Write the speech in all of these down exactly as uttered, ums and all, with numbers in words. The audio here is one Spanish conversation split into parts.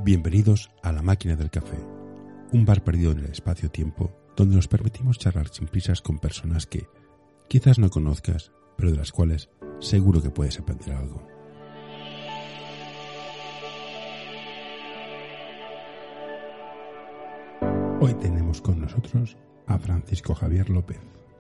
Bienvenidos a La Máquina del Café, un bar perdido en el espacio-tiempo donde nos permitimos charlar sin prisas con personas que quizás no conozcas, pero de las cuales seguro que puedes aprender algo. Hoy tenemos con nosotros a Francisco Javier López.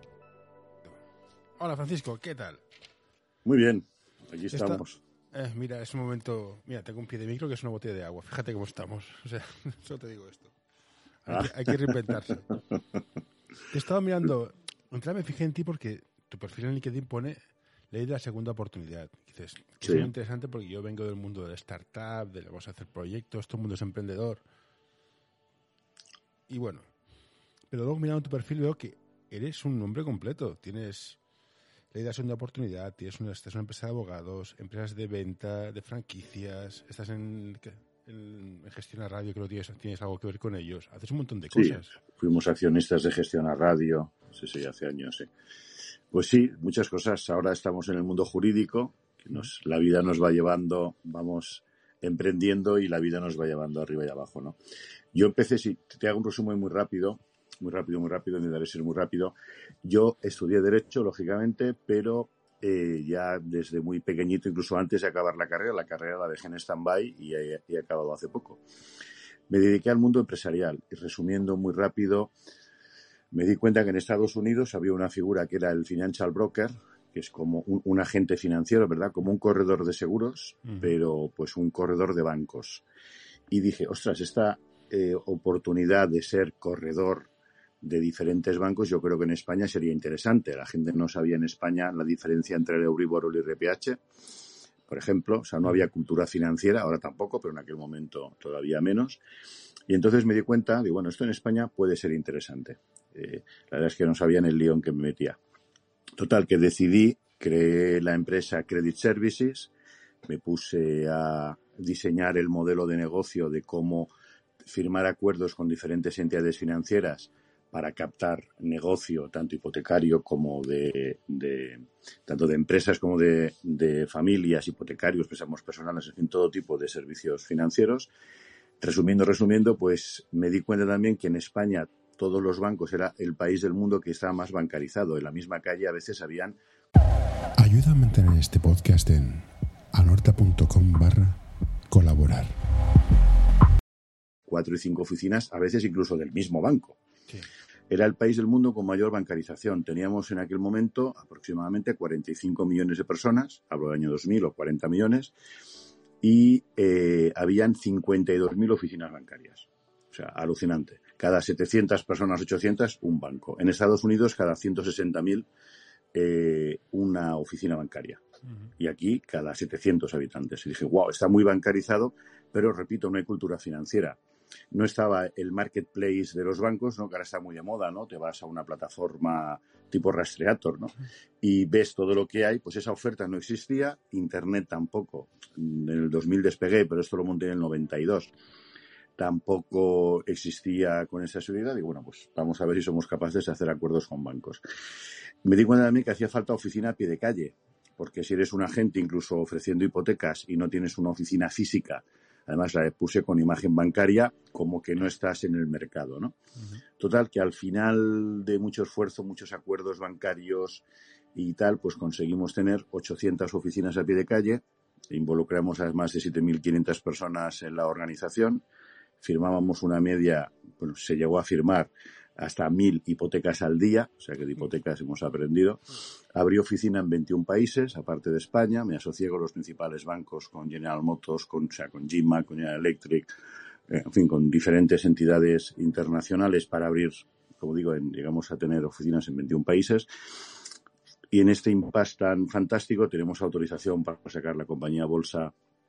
Hola Francisco, ¿qué tal? Muy bien, aquí estamos. Eh, mira, es un momento... Mira, tengo un pie de micro que es una botella de agua. Fíjate cómo estamos. O sea, solo te digo esto. Hay, ah. que, hay que reinventarse. He estado mirando... Entré, me fijé en ti porque tu perfil en LinkedIn pone ley de la segunda oportunidad. Dices, es sí. muy interesante porque yo vengo del mundo de la startup, de vamos a hacer proyectos, todo el mundo es emprendedor. Y bueno, pero luego mirando tu perfil veo que eres un hombre completo. Tienes... ley de la segunda oportunidad, tienes una, estás en una empresa de abogados, empresas de venta, de franquicias, estás en, en, en Gestión a Radio, creo que tienes, tienes algo que ver con ellos. Haces un montón de cosas. Sí, fuimos accionistas de Gestión a Radio, sí, sí, hace años, sí. Pues sí, muchas cosas. Ahora estamos en el mundo jurídico, que nos, la vida nos va llevando, vamos emprendiendo y la vida nos va llevando arriba y abajo, ¿no? Yo empecé, si te hago un resumen muy rápido, muy rápido, muy rápido, intentaré ser muy rápido. Yo estudié Derecho, lógicamente, pero eh, ya desde muy pequeñito, incluso antes de acabar la carrera, la carrera la dejé en stand-by y he, he acabado hace poco. Me dediqué al mundo empresarial y, resumiendo muy rápido, me di cuenta que en Estados Unidos había una figura que era el financial broker, que es como un, un agente financiero, ¿verdad? Como un corredor de seguros, uh-huh. pero pues un corredor de bancos. Y dije, ostras, esta eh, oportunidad de ser corredor de diferentes bancos, yo creo que en España sería interesante. La gente no sabía en España la diferencia entre el Euribor o el I R P H, por ejemplo. O sea, no había cultura financiera, ahora tampoco, pero en aquel momento todavía menos. Y entonces me di cuenta, digo, bueno, esto en España puede ser interesante. Eh, la verdad es que no sabía en el lío en que me metía. Total, que decidí, creé la empresa Credit Services, me puse a diseñar el modelo de negocio de cómo firmar acuerdos con diferentes entidades financieras para captar negocio, tanto hipotecario como de, de tanto de empresas como de, de familias, hipotecarios, préstamos personales, en fin, todo tipo de servicios financieros. Resumiendo, resumiendo, pues me di cuenta también que en España todos los bancos era el país del mundo que estaba más bancarizado. En la misma calle a veces habían... Ayuda a mantener este podcast en anorta.com barra colaborar. Cuatro y cinco oficinas, a veces incluso del mismo banco. Sí. Era el país del mundo con mayor bancarización. Teníamos en aquel momento aproximadamente cuarenta y cinco millones de personas, hablo del año dos mil, o cuarenta millones, y eh, habían cincuenta y dos mil oficinas bancarias. O sea, alucinante. Cada setecientas personas, ochocientas, un banco. En Estados Unidos, cada ciento sesenta mil, eh, una oficina bancaria. Uh-huh. Y aquí, cada setecientos habitantes. Y dije, wow, está muy bancarizado, pero, repito, no hay cultura financiera. No estaba el marketplace de los bancos, ¿no? Que ahora está muy de moda, ¿no? Te vas a una plataforma tipo Rastreator, ¿no? Y ves todo lo que hay. Pues esa oferta no existía. Internet tampoco. En el dos mil despegué, pero esto lo monté en el noventa y dos. Tampoco existía con esa seguridad. Y bueno, pues vamos a ver si somos capaces de hacer acuerdos con bancos. Me di cuenta también que hacía falta oficina a pie de calle. Porque si eres un agente, incluso ofreciendo hipotecas, y no tienes una oficina física, además la puse con imagen bancaria, como que no estás en el mercado, ¿no? Uh-huh. Total, que al final de mucho esfuerzo, muchos acuerdos bancarios y tal, pues conseguimos tener ochocientas oficinas a pie de calle, involucramos a más de siete mil quinientas personas en la organización, firmábamos una media, bueno, se llegó a firmar hasta mil hipotecas al día, o sea que de hipotecas hemos aprendido. Abrí oficina en veintiún países, aparte de España. Me asocié con los principales bancos, con General Motors, con, o sea, con G M A, con General Electric, eh, en fin, con diferentes entidades internacionales para abrir, como digo, en, llegamos a tener oficinas en veintiún países. Y en este impasse tan fantástico tenemos autorización para sacar la compañía a bolsa.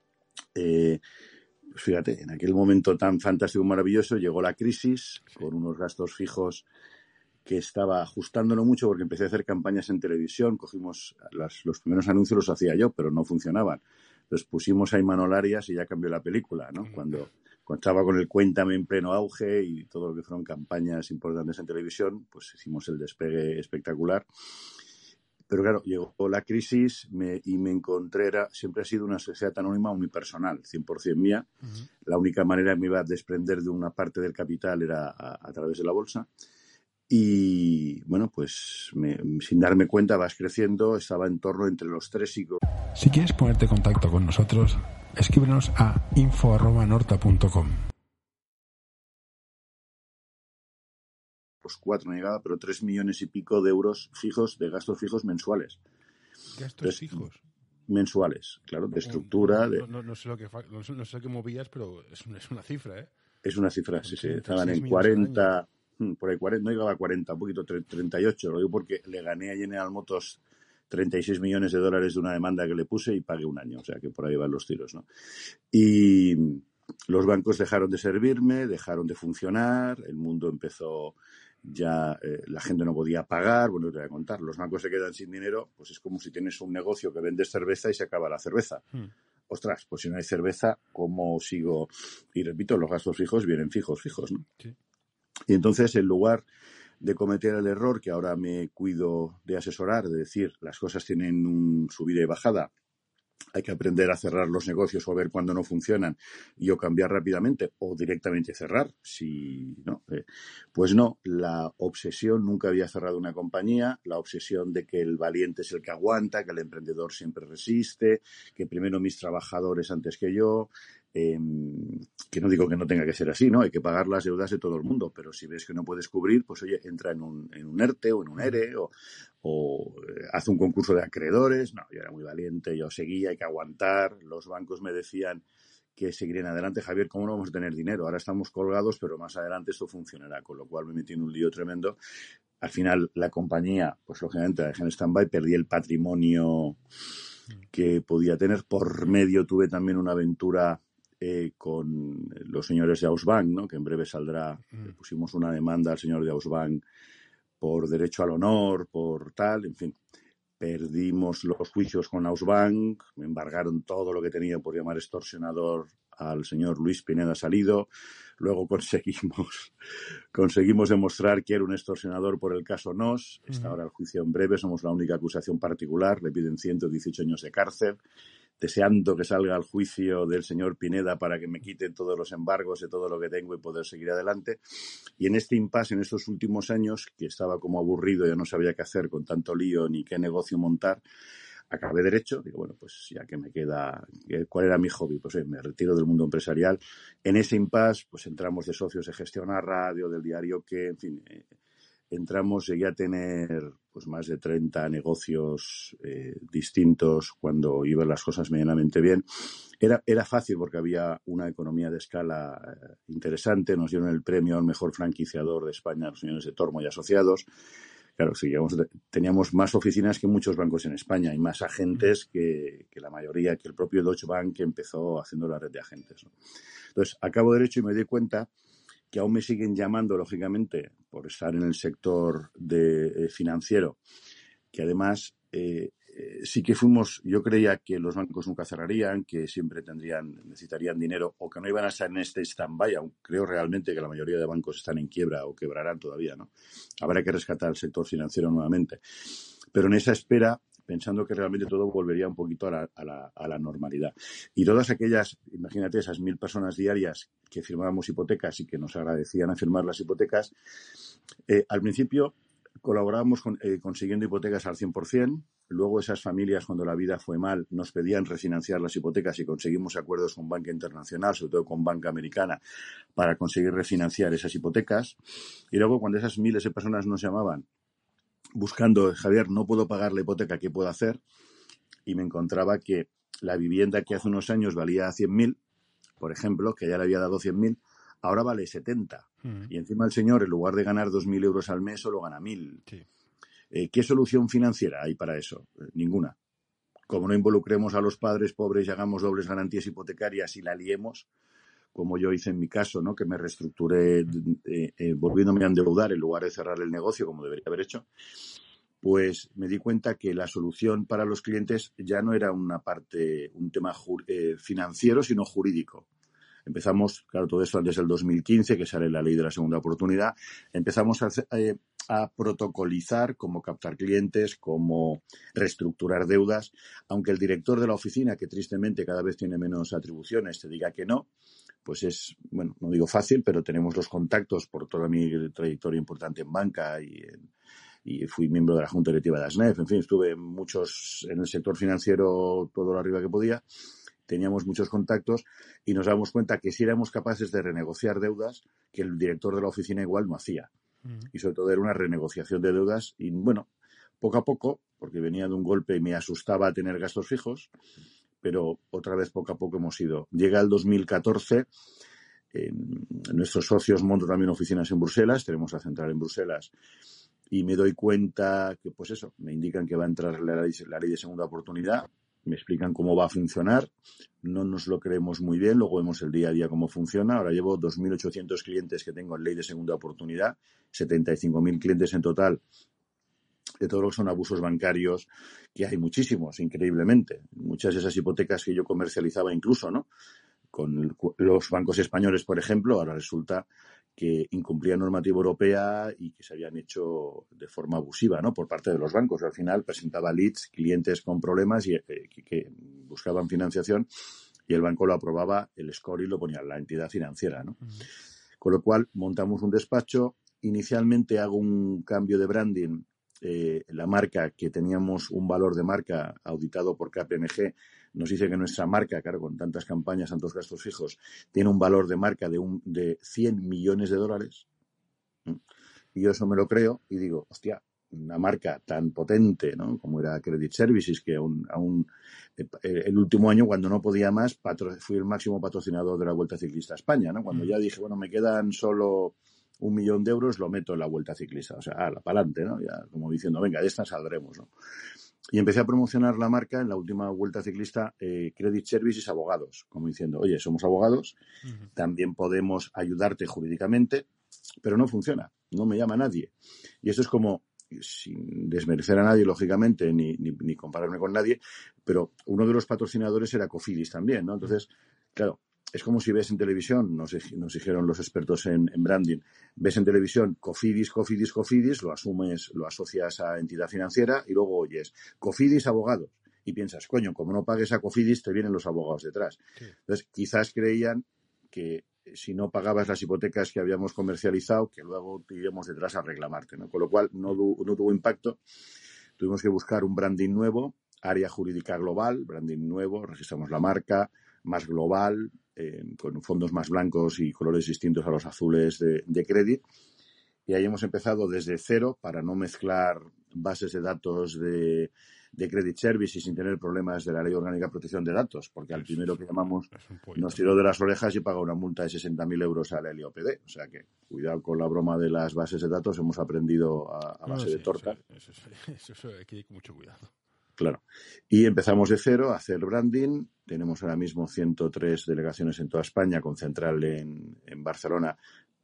Eh, Pues fíjate, en aquel momento tan fantástico y maravilloso llegó la crisis con unos gastos fijos que estaba ajustándolo mucho porque empecé a hacer campañas en televisión, cogimos las, los primeros anuncios los hacía yo, pero no funcionaban. Los pusimos a Imanol Arias y ya cambió la película, ¿no? Cuando, cuando estaba con el Cuéntame en pleno auge y todo lo que fueron campañas importantes en televisión, pues hicimos el despegue espectacular. Pero claro, llegó la crisis me, y me encontré, era, siempre ha sido una sociedad anónima unipersonal, cien por ciento mía. Uh-huh. La única manera que me iba a desprender de una parte del capital era a, a través de la bolsa. Y bueno, pues me, sin darme cuenta vas creciendo, estaba en torno entre los tres y... Si quieres ponerte en contacto con nosotros, escríbenos a info arroba norta punto com. Los cuatro no llegaba, pero tres millones y pico de euros fijos, de gastos fijos mensuales. ¿Gastos Entonces, fijos? Mensuales, claro, de estructura. No, de... no, no, no, sé lo que, no, sé, no sé lo que movías, pero es una, es una cifra, ¿eh? Es una cifra, sí, sí. Estaban en cuarenta, por ahí cuarenta, no llegaba a cuarenta, un poquito, treinta y ocho. Lo digo porque le gané a General Motors treinta y seis millones de dólares de una demanda que le puse y pagué un año. O sea, que por ahí van los tiros, ¿no? Y los bancos dejaron de servirme, dejaron de funcionar, el mundo empezó... ya eh, la gente no podía pagar, bueno, te voy a contar, los bancos se quedan sin dinero, pues es como si tienes un negocio que vendes cerveza y se acaba la cerveza. Hmm. Ostras, pues si no hay cerveza, ¿cómo sigo? Y repito, los gastos fijos vienen fijos, fijos, ¿no? Sí. Y entonces, en lugar de cometer el error que ahora me cuido de asesorar, de decir, las cosas tienen un subida y bajada, hay que aprender a cerrar los negocios o a ver cuándo no funcionan y o cambiar rápidamente o directamente cerrar. Si no, eh, pues no, la obsesión, nunca había cerrado una compañía, la obsesión de que el valiente es el que aguanta, que el emprendedor siempre resiste, que primero mis trabajadores antes que yo, eh, que no digo que no tenga que ser así, ¿no? Hay que pagar las deudas de todo el mundo, pero si ves que no puedes cubrir, pues oye, entra en un, en un ERTE o en un ERE o, o eh, hace un concurso de acreedores. No, yo era muy valiente, yo seguía, hay que aguantar. Los bancos me decían que seguirían adelante. Javier, ¿cómo no vamos a tener dinero? Ahora estamos colgados, pero más adelante esto funcionará, con lo cual me metí en un lío tremendo. Al final, la compañía, pues lógicamente la dejé en stand-by, perdí el patrimonio que podía tener. Por medio tuve también una aventura eh, con los señores de Ausbank, ¿no? Que en breve saldrá. Mm. Pusimos una demanda al señor de Ausbank por derecho al honor, por tal, en fin. Perdimos los juicios con Ausbank, me embargaron todo lo que tenía por llamar extorsionador al señor Luis Pineda Salido. Luego conseguimos conseguimos demostrar que era un extorsionador por el caso Nos. Uh-huh. Está ahora el juicio en breve, somos la única acusación particular, le piden ciento dieciocho años de cárcel. Deseando que salga al juicio del señor Pineda para que me quiten todos los embargos de todo lo que tengo y poder seguir adelante. Y en este impasse, en estos últimos años, que estaba como aburrido, ya no sabía qué hacer con tanto lío ni qué negocio montar, acabé derecho. Digo, bueno, pues ya que me queda... ¿Cuál era mi hobby? Pues eh, me retiro del mundo empresarial. En ese impasse, pues entramos de socios de Gestión a Radio, del diario que, en fin... Eh, entramos, llegué a tener pues más de treinta negocios eh, distintos cuando iban las cosas medianamente bien. Era, era fácil porque había una economía de escala eh, interesante. Nos dieron el premio al mejor franquiciador de España, los señores de Tormo y Asociados. Claro, seguíamos, teníamos más oficinas que muchos bancos en España y más agentes que, que la mayoría, que el propio Deutsche Bank, que empezó haciendo la red de agentes, ¿no? Entonces, acabo derecho y me doy cuenta que aún me siguen llamando, lógicamente, por estar en el sector de, eh, financiero, que además eh, eh, sí que fuimos, yo creía que los bancos nunca cerrarían, que siempre tendrían, necesitarían dinero o que no iban a estar en este stand-by, aunque creo realmente que la mayoría de bancos están en quiebra o quebrarán todavía, ¿no? Habrá que rescatar el sector financiero nuevamente. Pero en esa espera, pensando que realmente todo volvería un poquito a la, a la, a la normalidad. Y todas aquellas, imagínate, esas mil personas diarias que firmábamos hipotecas y que nos agradecían a firmar las hipotecas, eh, al principio colaborábamos con, eh, consiguiendo hipotecas al cien por ciento, luego esas familias, cuando la vida fue mal, nos pedían refinanciar las hipotecas y conseguimos acuerdos con Banca Internacional, sobre todo con Banca Americana, para conseguir refinanciar esas hipotecas. Y luego, cuando esas miles de personas nos llamaban buscando, Javier, no puedo pagar la hipoteca, ¿qué puedo hacer? Y me encontraba que la vivienda que hace unos años valía cien mil, por ejemplo, que ya le había dado cien mil, ahora vale setenta. Mm. Y encima el señor, en lugar de ganar dos mil euros al mes, solo gana mil. Sí. Eh, ¿Qué solución financiera hay para eso? Eh, ninguna. Como no involucremos a los padres pobres y hagamos dobles garantías hipotecarias y la liemos, como yo hice en mi caso, ¿no? Que me reestructuré eh, eh, volviéndome a endeudar en lugar de cerrar el negocio, como debería haber hecho, pues me di cuenta que la solución para los clientes ya no era una parte, un tema ju- eh, financiero, sino jurídico. Empezamos, claro, todo esto antes del dos mil quince, que sale la ley de la segunda oportunidad, empezamos a, eh, a protocolizar cómo captar clientes, cómo reestructurar deudas, aunque el director de la oficina, que tristemente cada vez tiene menos atribuciones, te diga que no, pues es, bueno, no digo fácil, pero tenemos los contactos por toda mi trayectoria importante en banca y, en, y fui miembro de la Junta Directiva de ASNEF, en fin, estuve muchos en el sector financiero todo lo arriba que podía, teníamos muchos contactos y nos damos cuenta que si éramos capaces de renegociar deudas, que el director de la oficina igual no hacía. Mm. Y sobre todo era una renegociación de deudas y, bueno, poco a poco, porque venía de un golpe y me asustaba tener gastos fijos, pero otra vez poco a poco hemos ido. Llega el dos mil catorce, eh, nuestros socios montan también oficinas en Bruselas, tenemos la central en Bruselas, y me doy cuenta que, pues eso, me indican que va a entrar la ley, la ley de segunda oportunidad, me explican cómo va a funcionar, no nos lo creemos muy bien, luego vemos el día a día cómo funciona. Ahora llevo dos mil ochocientos clientes que tengo en ley de segunda oportunidad, setenta y cinco mil clientes en total, de todo lo que son abusos bancarios, que hay muchísimos, increíblemente. Muchas de esas hipotecas que yo comercializaba incluso, ¿no? Con los bancos españoles, por ejemplo, ahora resulta que incumplían normativa europea y que se habían hecho de forma abusiva, ¿no? Por parte de los bancos. Al final presentaba leads, clientes con problemas y eh, que, que buscaban financiación y el banco lo aprobaba, el score y lo ponía la entidad financiera, ¿no? Uh-huh. Con lo cual montamos un despacho. Inicialmente hago un cambio de branding. Eh, la marca, que teníamos un valor de marca auditado por K P M G, nos dice que nuestra marca, claro, con tantas campañas, tantos gastos fijos, tiene un valor de marca de, un, de cien millones de dólares. Y yo eso me lo creo y digo, hostia, una marca tan potente, ¿no? Como era Credit Services, que aún, aún eh, el último año, cuando no podía más, patro, fui el máximo patrocinador de la Vuelta Ciclista a España, ¿no? Cuando mm. ya dije, bueno, me quedan solo un millón de euros, lo meto en la Vuelta Ciclista. O sea, ah, para adelante, ¿no? Ya como diciendo, venga, de esta saldremos, ¿no? Y empecé a promocionar la marca en la última Vuelta Ciclista, eh, Credit Services Abogados, como diciendo, oye, somos abogados, uh-huh. también podemos ayudarte jurídicamente, pero no funciona, no me llama nadie. Y eso es como, sin desmerecer a nadie, lógicamente, ni, ni, ni compararme con nadie, pero uno de los patrocinadores era Cofidis también, ¿no? Entonces, claro, es como si ves en televisión, nos, nos dijeron los expertos en, en branding, ves en televisión Cofidis, Cofidis, Cofidis, lo asumes, lo asocias a entidad financiera y luego oyes Cofidis abogados y piensas, coño, como no pagues a Cofidis te vienen los abogados detrás. Sí. Entonces, quizás creían que si no pagabas las hipotecas que habíamos comercializado, que luego te iríamos detrás a reclamarte, ¿no? Con lo cual no, no tuvo impacto. Tuvimos que buscar un branding nuevo, área jurídica global, branding nuevo, registramos la marca, más global, eh, con fondos más blancos y colores distintos a los azules de, de Credit. Y ahí hemos empezado desde cero para no mezclar bases de datos de, de Credit Services sin tener problemas de la Ley Orgánica de Protección de Datos, porque al primero que llamamos nos tiró de las orejas y pagó una multa de sesenta mil euros a la L O P D. O sea que, cuidado con la broma de las bases de datos, hemos aprendido a, a base no, sí, de torta. Eso, eso, eso, eso hay que ir con mucho cuidado. Claro. Y empezamos de cero a hacer branding. Tenemos ahora mismo ciento tres delegaciones en toda España, con central en, en Barcelona.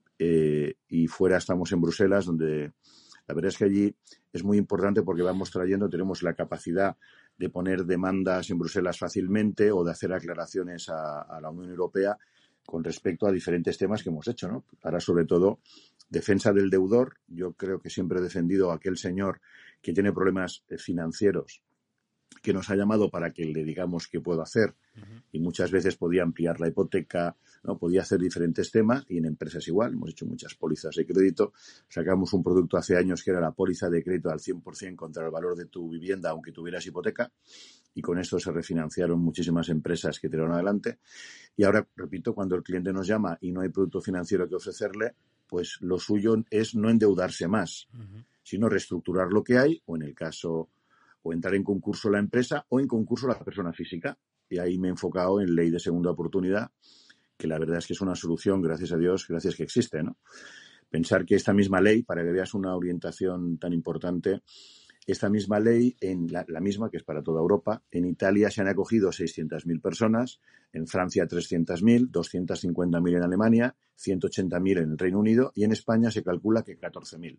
Eh, y fuera estamos en Bruselas, donde la verdad es que allí es muy importante porque vamos trayendo, tenemos la capacidad de poner demandas en Bruselas fácilmente o de hacer aclaraciones a, a la Unión Europea con respecto a diferentes temas que hemos hecho, ¿no? Ahora, sobre todo, defensa del deudor. Yo creo que siempre he defendido a aquel señor que tiene problemas financieros, que nos ha llamado para que le digamos qué puedo hacer. Uh-huh. Y muchas veces podía ampliar la hipoteca, ¿no? Podía hacer diferentes temas, y en empresas igual. Hemos hecho muchas pólizas de crédito. Sacamos un producto hace años que era la póliza de crédito al cien por ciento contra el valor de tu vivienda, aunque tuvieras hipoteca. Y con esto se refinanciaron muchísimas empresas que tiraron adelante. Y ahora, repito, cuando el cliente nos llama y no hay producto financiero que ofrecerle, pues lo suyo es no endeudarse más, uh-huh. sino reestructurar lo que hay, o en el caso... o entrar en concurso la empresa o en concurso la persona física. Y ahí me he enfocado en ley de segunda oportunidad, que la verdad es que es una solución, gracias a Dios, gracias que existe, ¿no? Pensar que esta misma ley, para que veas una orientación tan importante, esta misma ley, en la, la misma que es para toda Europa, en Italia se han acogido seiscientas mil personas, en Francia trescientas mil, doscientas cincuenta mil en Alemania, ciento ochenta mil en el Reino Unido y en España se calcula que catorce mil.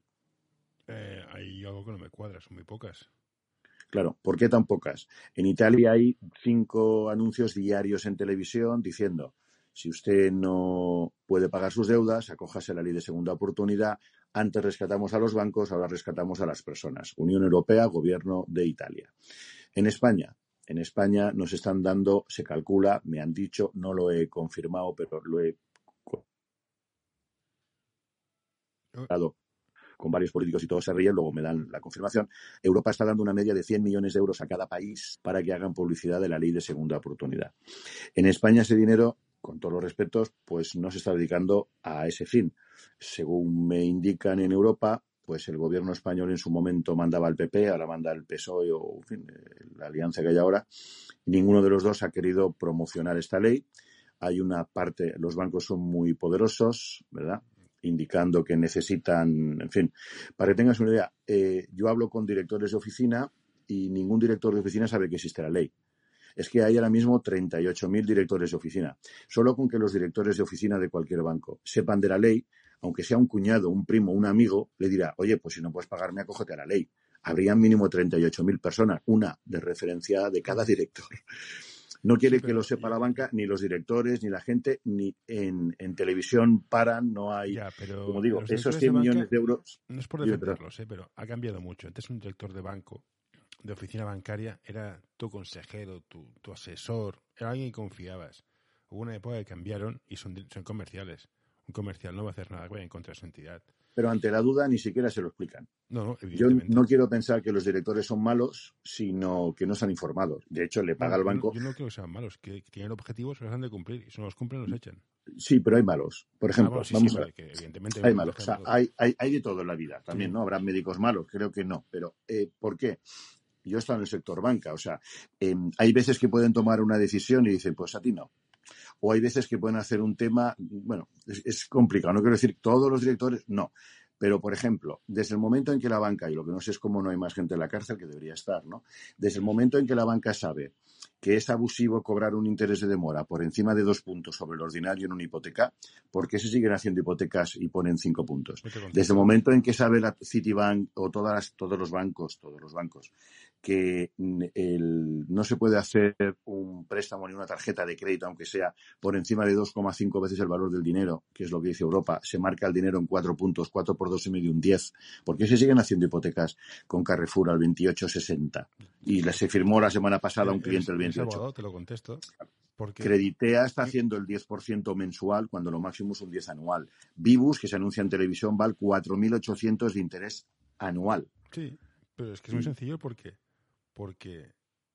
Eh, hay algo que no me cuadra, son muy pocas. Claro, ¿por qué tan pocas? En Italia hay cinco anuncios diarios en televisión diciendo Si usted no puede pagar sus deudas, acójase a la ley de segunda oportunidad. Antes rescatamos a los bancos, ahora rescatamos a las personas. Unión Europea, Gobierno de Italia. En España, en España nos están dando, se calcula, me han dicho, no lo he confirmado, pero lo he dado con varios políticos y todos se ríen, luego me dan la confirmación. Europa está dando una media de cien millones de euros a cada país para que hagan publicidad de la ley de segunda oportunidad. En España ese dinero, con todos los respetos, pues no se está dedicando a ese fin. Según me indican en Europa, pues el gobierno español en su momento mandaba al P P, ahora manda el P S O E o en fin, la alianza que hay ahora. Ninguno de los dos ha querido promocionar esta ley. Hay una parte, los bancos son muy poderosos, ¿verdad?, indicando que necesitan, en fin, para que tengas una idea, eh, yo hablo con directores de oficina y ningún director de oficina sabe que existe la ley. Es que hay ahora mismo treinta y ocho mil directores de oficina. Solo con que los directores de oficina de cualquier banco sepan de la ley, aunque sea un cuñado, un primo, un amigo, le dirá, oye, pues si no puedes pagarme, acógete a la ley. Habrían mínimo treinta y ocho mil personas, una de referencia de cada director. No quiere sí, que lo sepa yo, la banca, ni los directores, ni la gente, ni en, en televisión paran, no hay, ya, pero como digo, esos cien millones de euros. No es por defenderlos, eh, pero ha cambiado mucho. Antes un director de banco, de oficina bancaria, era tu consejero, tu, tu asesor, era alguien que confiabas. Hubo una época que cambiaron y son, son comerciales. Un comercial no va a hacer nada que vaya en contra de su entidad. Pero ante la duda ni siquiera se lo explican. No, no, Yo no quiero pensar que los directores son malos, sino que no están informados. De hecho, le paga no, al banco... Yo no, yo no creo que sean malos, que tienen objetivos que los han de cumplir y si no los cumplen los echan. Sí, pero hay malos. Por ejemplo, ah, bueno, sí, vamos sí, a vale, que evidentemente hay malos. O sea, hay, hay, hay de todo en la vida también, sí. ¿No? Habrá médicos malos, creo que no. Pero, eh, ¿por qué? Yo he estado en el sector banca. O sea, eh, hay veces que pueden tomar una decisión y dicen, pues a ti no. O hay veces que pueden hacer un tema... Bueno, es, es complicado. No quiero decir todos los directores, no. Pero, por ejemplo, desde el momento en que la banca, y lo que no sé es cómo no hay más gente en la cárcel que debería estar, ¿no? Desde el momento en que la banca sabe que es abusivo cobrar un interés de demora por encima de dos puntos sobre el ordinario en una hipoteca, ¿por qué se siguen haciendo hipotecas y ponen cinco puntos? Desde el momento en que sabe la Citibank o todas las, todos los bancos, todos los bancos, que el, no se puede hacer un préstamo ni una tarjeta de crédito, aunque sea por encima de dos coma cinco veces el valor del dinero, que es lo que dice Europa, se marca el dinero en cuatro puntos, cuatro por dos y medio, un diez. ¿Por qué se siguen haciendo hipotecas con Carrefour al veintiocho sesenta? Y se firmó la semana pasada un cliente el veintiocho. Abogado, te lo contesto. Porque... Creditea está haciendo el diez por ciento mensual cuando lo máximo es un diez anual. Vivus, que se anuncia en televisión, va al cuatro mil ochocientos de interés anual. Sí, pero es que es muy sencillo porque... porque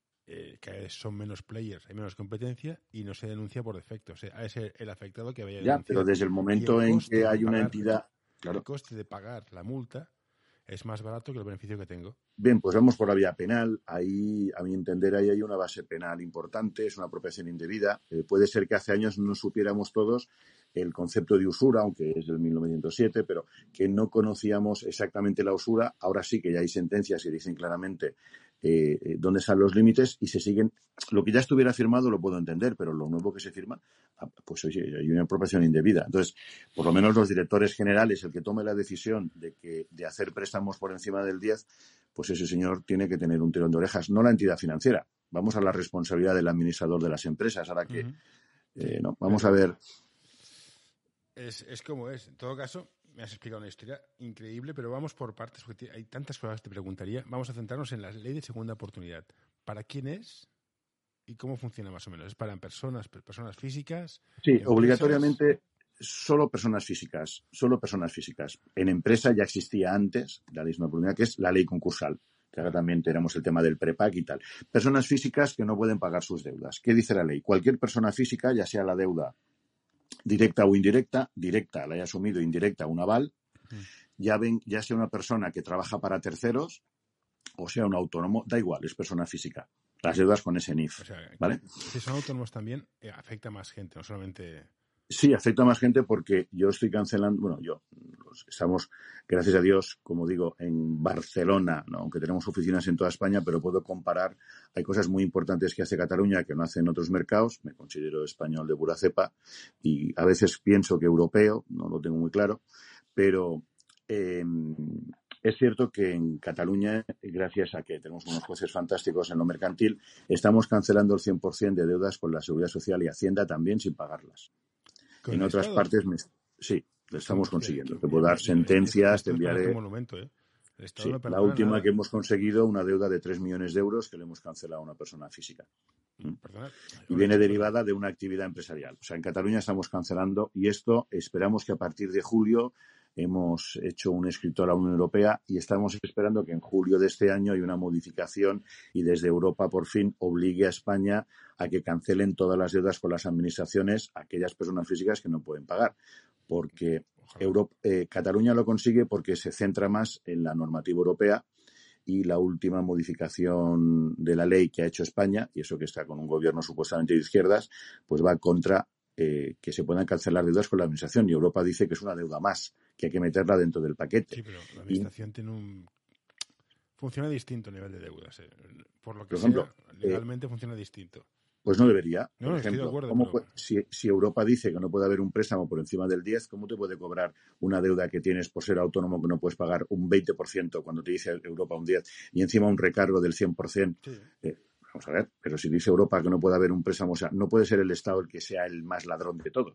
eh, cada vez son menos players, hay menos competencia y no se denuncia por defecto. O sea, es el, el afectado que vaya a denunciar. Ya, pero desde el momento el en que hay una pagar, entidad... Claro. El coste de pagar la multa es más barato que el beneficio que tengo. Bien, pues vamos por la vía penal. Ahí, a mi entender, ahí hay una base penal importante, es una apropiación indebida. Eh, puede ser que hace años no supiéramos todos el concepto de usura, aunque es del mil novecientos siete, pero que no conocíamos exactamente la usura. Ahora sí que ya hay sentencias que dicen claramente eh, dónde están los límites y se siguen. Lo que ya estuviera firmado lo puedo entender, pero lo nuevo que se firma, pues oye, hay una apropiación indebida. Entonces, por lo menos los directores generales, el que tome la decisión de que de hacer préstamos por encima del diez, pues ese señor tiene que tener un tirón de orejas, no la entidad financiera. Vamos a la responsabilidad del administrador de las empresas. Ahora que, uh-huh. eh, no, vamos a ver. Es, es como es. En todo caso, me has explicado una historia increíble, pero vamos por partes, porque hay tantas cosas que te preguntaría. Vamos a centrarnos en la ley de segunda oportunidad. ¿Para quién es y cómo funciona más o menos? ¿Es para personas, personas físicas? Sí, empresas? Obligatoriamente solo personas físicas, solo personas físicas. En empresa ya existía antes la ley de segunda oportunidad, que es la ley concursal, que ahora también tenemos el tema del prepack y tal. Personas físicas que no pueden pagar sus deudas. ¿Qué dice la ley? Cualquier persona física, ya sea la deuda directa o indirecta, directa la haya asumido, indirecta un aval, ya ven, ya sea una persona que trabaja para terceros o sea un autónomo, da igual, es persona física. Las deudas con ese N I F, o sea, ¿vale? Si son autónomos también, eh, afecta a más gente, no solamente... Sí, afecta a más gente porque yo estoy cancelando, bueno, yo, estamos, gracias a Dios, como digo, en Barcelona, ¿no? Aunque tenemos oficinas en toda España, pero puedo comparar, hay cosas muy importantes que hace Cataluña que no hacen otros mercados, me considero español de pura cepa y a veces pienso que europeo, no lo tengo muy claro, pero eh, es cierto que en Cataluña, gracias a que tenemos unos jueces fantásticos en lo mercantil, estamos cancelando el cien por ciento de deudas con la Seguridad Social y Hacienda también sin pagarlas. En otras Estado? partes, me, sí, lo estamos consiguiendo. Que, Te puedo dar sentencias, te enviaré... enviaré... Monumento, ¿eh? Sí, no la última nada. Que hemos conseguido, una deuda de tres millones de euros que le hemos cancelado a una persona física. Perdona, y viene derivada de una actividad empresarial. O sea, en Cataluña estamos cancelando y esto esperamos que a partir de julio hemos hecho un escrito a la Unión Europea y estamos esperando que en julio de este año haya una modificación y desde Europa por fin obligue a España a que cancelen todas las deudas con las administraciones a aquellas personas físicas que no pueden pagar. Porque Europa, eh, Cataluña lo consigue porque se centra más en la normativa europea y la última modificación de la ley que ha hecho España, y eso que está con un gobierno supuestamente de izquierdas, pues va contra eh, que se puedan cancelar deudas con la administración. Y Europa dice que es una deuda más, que hay que meterla dentro del paquete. Sí, pero la administración y, tiene un... funciona distinto a nivel de deudas. Eh. Por lo que por ejemplo, sea, legalmente eh, funciona distinto. Pues no debería. No, por no, ejemplo, estoy de acuerdo, ¿cómo pero... puede, si, si Europa dice que no puede haber un préstamo por encima del diez, ¿cómo te puede cobrar una deuda que tienes por ser autónomo que no puedes pagar un veinte por ciento cuando te dice Europa un diez por ciento y encima un recargo del cien por ciento? Sí. Eh, vamos a ver, pero si dice Europa que no puede haber un préstamo, o sea, no puede ser el Estado el que sea el más ladrón de todos.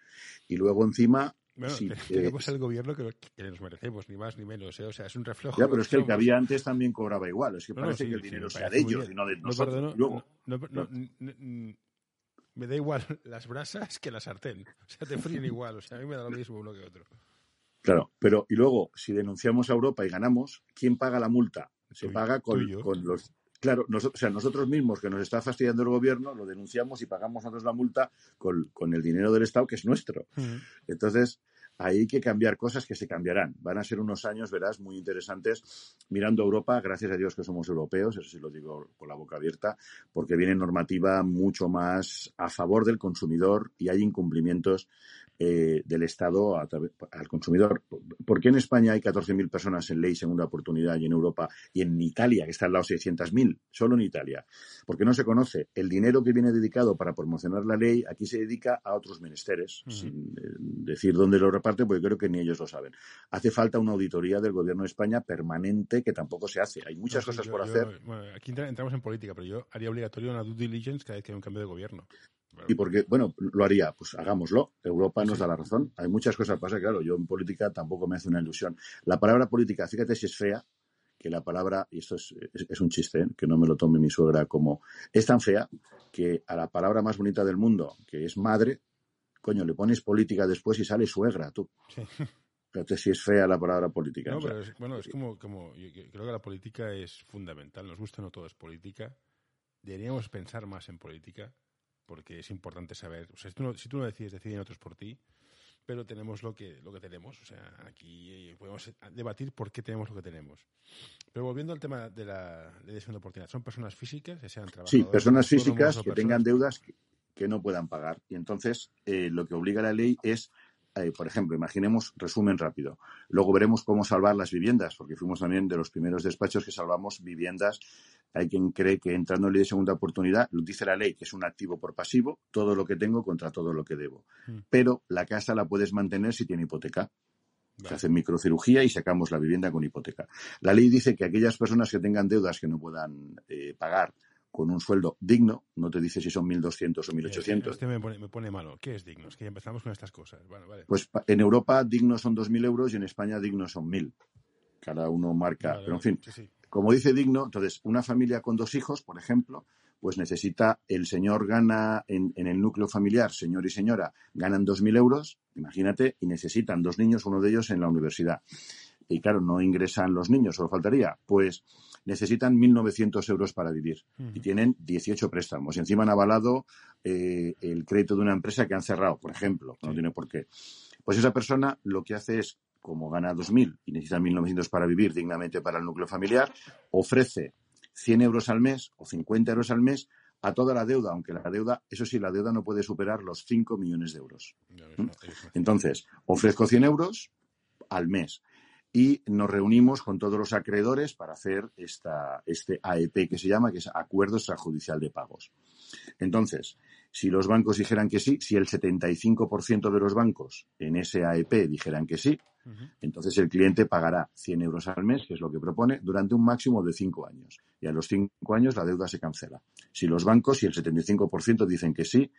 Y luego encima... Bueno, sí, tenemos eh, el gobierno que, que nos merecemos, ni más ni menos, ¿eh? O sea, es un reflejo. Ya, pero es que somos. el que había antes también cobraba igual. Es que no, parece no, sí, que el sí, dinero sea de ellos y no de nosotros. No, luego, no, no, no, me da igual las brasas que la sartén. O sea, te fríen igual. O sea, a mí me da lo mismo uno que otro. Claro, pero y luego, si denunciamos a Europa y ganamos, ¿quién paga la multa? Se tú, paga con, con los... Claro, nosotros, o sea, nosotros mismos que nos está fastidiando el gobierno, lo denunciamos y pagamos nosotros la multa con, con el dinero del Estado, que es nuestro. Uh-huh. Entonces, ahí hay que cambiar cosas que se cambiarán. Van a ser unos años, verás, muy interesantes mirando a Europa. Gracias a Dios que somos europeos, eso sí lo digo con la boca abierta, porque viene normativa mucho más a favor del consumidor y hay incumplimientos eh, del Estado a al consumidor. ¿Por qué en España hay catorce mil personas en ley segunda oportunidad y en Europa y en Italia, que está al lado, seiscientas mil? Solo en Italia. Porque no se conoce. El dinero que viene dedicado para promocionar la ley aquí se dedica a otros menesteres, uh-huh. sin eh, decir dónde lo reparte, porque creo que ni ellos lo saben. Hace falta una auditoría del Gobierno de España permanente que tampoco se hace. Hay muchas no, sí, cosas yo, por yo, hacer. Bueno, aquí entramos en política, pero yo haría obligatorio una due diligence cada vez que hay un cambio de gobierno. Pero... ¿Y por qué? Bueno, lo haría. Pues hagámoslo. Europa nos sí. da la razón. Hay muchas cosas que pasa. Claro, yo en política tampoco me hace una ilusión. La palabra política, fíjate si es fea, que la palabra, y esto es, es, es un chiste, ¿eh? Que no me lo tome mi suegra como... Es tan fea que a la palabra más bonita del mundo, que es madre, coño, le pones política después y sale suegra, tú. Sí. Fíjate si es fea la palabra política. No, o sea, pero es, bueno, es como, como yo creo que la política es fundamental. Nos gusta o no todo es política. Deberíamos pensar más en política porque es importante saber. O sea, si tú no, si tú no decides, deciden otros por ti. Pero tenemos lo que lo que tenemos. O sea, aquí podemos debatir por qué tenemos lo que tenemos. Pero volviendo al tema de la ley de segunda oportunidad, ¿son personas físicas que sean trabajadores? Sí, personas físicas que personas... tengan deudas que, que no puedan pagar. Y entonces eh, lo que obliga la ley es, eh, por ejemplo, imaginemos, resumen rápido. Luego veremos cómo salvar las viviendas, porque fuimos también de los primeros despachos que salvamos viviendas. Hay quien cree que entrando en ley de segunda oportunidad, dice la ley que es un activo por pasivo, todo lo que tengo contra todo lo que debo. Mm. Pero la casa la puedes mantener si tiene hipoteca. Vale. Se hace microcirugía y sacamos la vivienda con hipoteca. La ley dice que aquellas personas que tengan deudas que no puedan eh, pagar con un sueldo digno, no te dice si son mil doscientos o mil ochocientos. Este me pone, me pone malo. ¿Qué es digno? Es que ya empezamos con estas cosas. Bueno, vale. Pues en Europa dignos son dos mil euros y en España dignos son mil. Cada uno marca, vale, pero en fin. Sí, sí. Como dice digno, entonces, una familia con dos hijos, por ejemplo, pues necesita, el señor gana en, en el núcleo familiar, señor y señora, ganan dos mil euros, imagínate, y necesitan dos niños, uno de ellos en la universidad. Y claro, no ingresan los niños, solo faltaría. Pues necesitan mil novecientos euros para vivir uh-huh. y tienen dieciocho préstamos. Y encima han avalado eh, el crédito de una empresa que han cerrado, por ejemplo, sí. No tiene por qué. Pues esa persona lo que hace es, como gana dos mil y necesita mil novecientos para vivir dignamente para el núcleo familiar, ofrece cien euros al mes o cincuenta euros al mes a toda la deuda, aunque la deuda, eso sí, la deuda no puede superar los cinco millones de euros. ¿Mm? Entonces, ofrezco cien euros al mes y nos reunimos con todos los acreedores para hacer esta, este A E P que se llama, que es Acuerdo Extrajudicial de Pagos. Entonces, si los bancos dijeran que sí, si el setenta y cinco por ciento de los bancos en ese A E P dijeran que sí, uh-huh. entonces el cliente pagará cien euros al mes, que es lo que propone, durante un máximo de cinco años. Y a los cinco años la deuda se cancela. Si los bancos, si el setenta y cinco por ciento dicen que sí,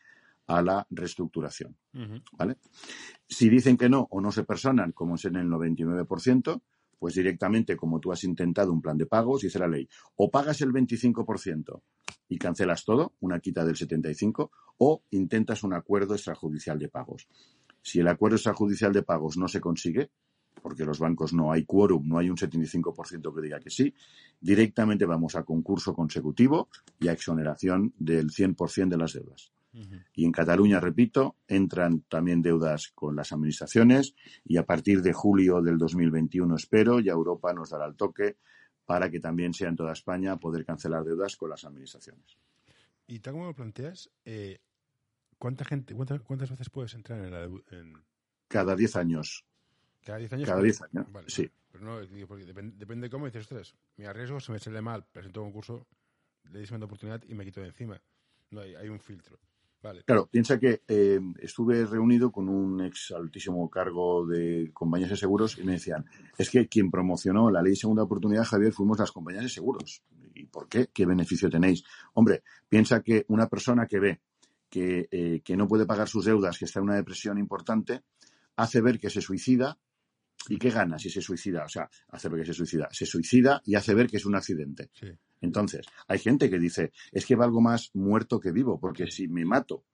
a la reestructuración. Uh-huh. ¿Vale? Si dicen que no o no se personan, como es en el noventa y nueve por ciento, pues directamente, como tú has intentado un plan de pagos, dice la ley, o pagas el veinticinco por ciento y cancelas todo, una quita del setenta y cinco por ciento, o intentas un acuerdo extrajudicial de pagos. Si el acuerdo extrajudicial de pagos no se consigue, porque los bancos no hay quórum, no hay un setenta y cinco por ciento que diga que sí, directamente vamos a concurso consecutivo y a exoneración del cien por ciento de las deudas. Uh-huh. Y en Cataluña, repito, entran también deudas con las administraciones y a partir de julio del dos mil veintiuno, espero, ya Europa nos dará el toque para que también sea en toda España poder cancelar deudas con las administraciones. Y tal como lo planteas, eh, ¿cuánta gente, cuántas, cuántas veces puedes entrar en la en... Cada diez años. Cada diez años. Cada diez años, vale, sí. Pero no, porque depende, depende de cómo dices, ostras, me arriesgo, se me sale mal, presento un concurso, le doy segunda oportunidad y me quito de encima. No, hay, hay un filtro. Vale. Claro, piensa que eh, estuve reunido con un ex altísimo cargo de compañías de seguros y me decían, es que quien promocionó la ley de segunda oportunidad, Javier, fuimos las compañías de seguros. ¿Y por qué? ¿Qué beneficio tenéis? Hombre, piensa que una persona que ve que, eh, que no puede pagar sus deudas, que está en una depresión importante, hace ver que se suicida. ¿Y qué gana si se suicida? O sea, hace ver que se suicida. Se suicida y hace ver que es un accidente. Sí. Entonces, hay gente que dice, es que valgo más muerto que vivo, porque si me mato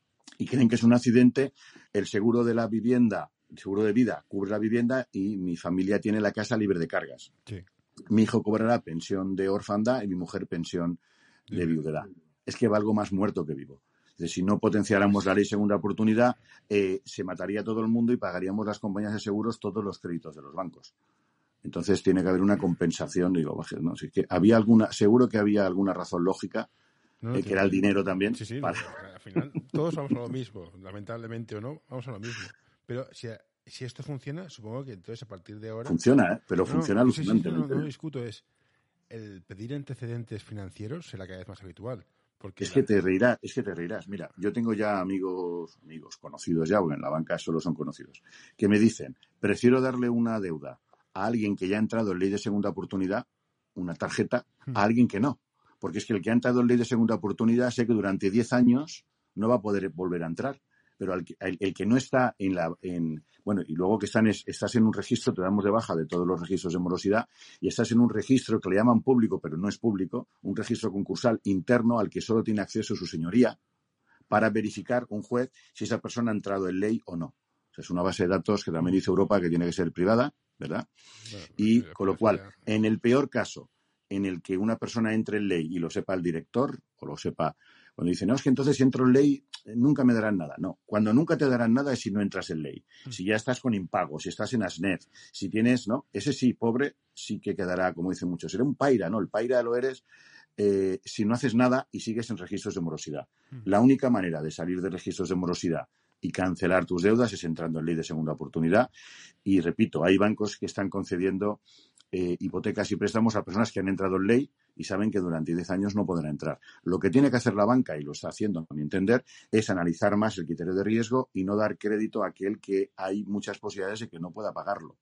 y creen que es un accidente, el seguro de la vivienda, el seguro de vida cubre la vivienda y mi familia tiene la casa libre de cargas. Sí. Mi hijo cobrará pensión de orfandad y mi mujer pensión de viudedad. Es que valgo más muerto que vivo. Si no potenciáramos la ley segunda oportunidad, eh, se mataría todo el mundo y pagaríamos las compañías de seguros todos los créditos de los bancos. Entonces tiene que haber una compensación. Digo, no, si es que había alguna, seguro que había alguna razón lógica, no, no, eh, que era el dinero también. Sí, sí, para... al final todos vamos a lo mismo, lamentablemente o no, vamos a lo mismo. Pero si, si esto funciona, supongo que entonces a partir de ahora... Funciona, ¿eh? Pero no, funciona no, alucinantemente. Sí, sí, no, no, no discuto, es el pedir antecedentes financieros será cada vez más habitual. Porque es la... que te reirás, es que te reirás. Mira, yo tengo ya amigos, amigos conocidos ya, porque en la banca solo son conocidos, que me dicen, prefiero darle una deuda a alguien que ya ha entrado en ley de segunda oportunidad, una tarjeta, a alguien que no. Porque es que el que ha entrado en ley de segunda oportunidad sé que durante diez años no va a poder volver a entrar. Pero el, el, el que no está en la... En, bueno, y luego que están, es, estás en un registro, te damos de baja de todos los registros de morosidad, y estás en un registro que le llaman público, pero no es público, un registro concursal interno al que solo tiene acceso su señoría para verificar un juez si esa persona ha entrado en ley o no. O sea, es una base de datos que también dice Europa que tiene que ser privada, ¿verdad? Bueno, y con lo cual, en el peor caso en el que una persona entre en ley y lo sepa el director o lo sepa... Cuando dicen, no, es que entonces si entro en ley nunca me darán nada. No, cuando nunca te darán nada es si no entras en ley. Si ya estás con impago, si estás en ASNEF, si tienes, ¿no? Ese sí, pobre, sí que quedará, como dicen muchos, será un paira, ¿no? El paira lo eres eh, si no haces nada y sigues en registros de morosidad. La única manera de salir de registros de morosidad y cancelar tus deudas es entrando en ley de segunda oportunidad. Y repito, hay bancos que están concediendo eh, hipotecas y préstamos a personas que han entrado en ley y saben que durante diez años no podrán entrar. Lo que tiene que hacer la banca, y lo está haciendo a mi entender, es analizar más el criterio de riesgo y no dar crédito a aquel que hay muchas posibilidades de que no pueda pagarlo.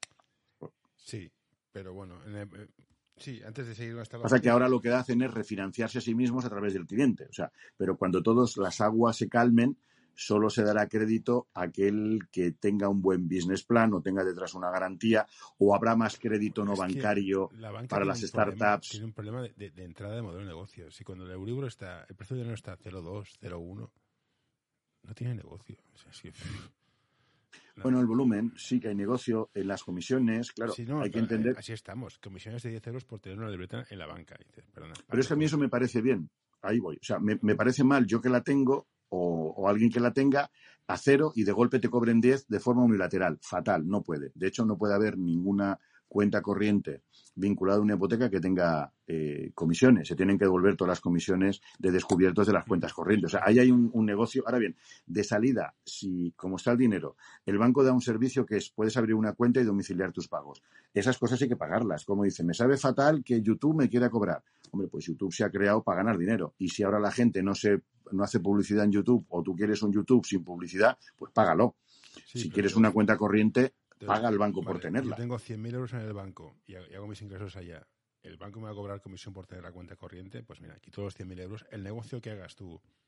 Sí, pero bueno, en el, eh, sí, antes de seguir con esta... Pasa que ahora lo que hacen es refinanciarse a sí mismos a través del cliente. O sea, pero cuando todas las aguas se calmen, solo se dará crédito a aquel que tenga un buen business plan o tenga detrás una garantía, o habrá más crédito no es bancario para las startups. Problema, tiene un problema de, de, de entrada de modelo de negocio. Si cuando el Euribor está, el precio de dinero está cero coma dos, cero coma uno, no tiene negocio. O sea, es que, no. Bueno, el volumen, sí que hay negocio en las comisiones, claro, sí, no, hay que entender... Así estamos, comisiones de diez euros por tener una libreta en la banca. Dices, perdona, pero es que a mí eso me parece bien, ahí voy. O sea, me, me parece mal yo que la tengo... O, o alguien que la tenga a cero y de golpe te cobren diez de forma unilateral. Fatal, no puede. De hecho, no puede haber ninguna cuenta corriente vinculada a una hipoteca que tenga eh, comisiones. Se tienen que devolver todas las comisiones de descubiertos de las cuentas corrientes. O sea, ahí hay un, un negocio. Ahora bien, de salida, si como está el dinero, el banco da un servicio que es, puedes abrir una cuenta y domiciliar tus pagos. Esas cosas hay que pagarlas. Como dice, me sabe fatal que YouTube me quiera cobrar. Hombre, pues YouTube se ha creado para ganar dinero. Y si ahora la gente no se no hace publicidad en YouTube o tú quieres un YouTube sin publicidad, pues págalo. Sí, si quieres una cuenta corriente, paga al banco vale, por tenerla. Yo tengo cien mil euros en el banco y hago mis ingresos allá. ¿El banco me va a cobrar comisión por tener la cuenta corriente? Pues mira, quito los cien mil euros. El negocio que hagas tú,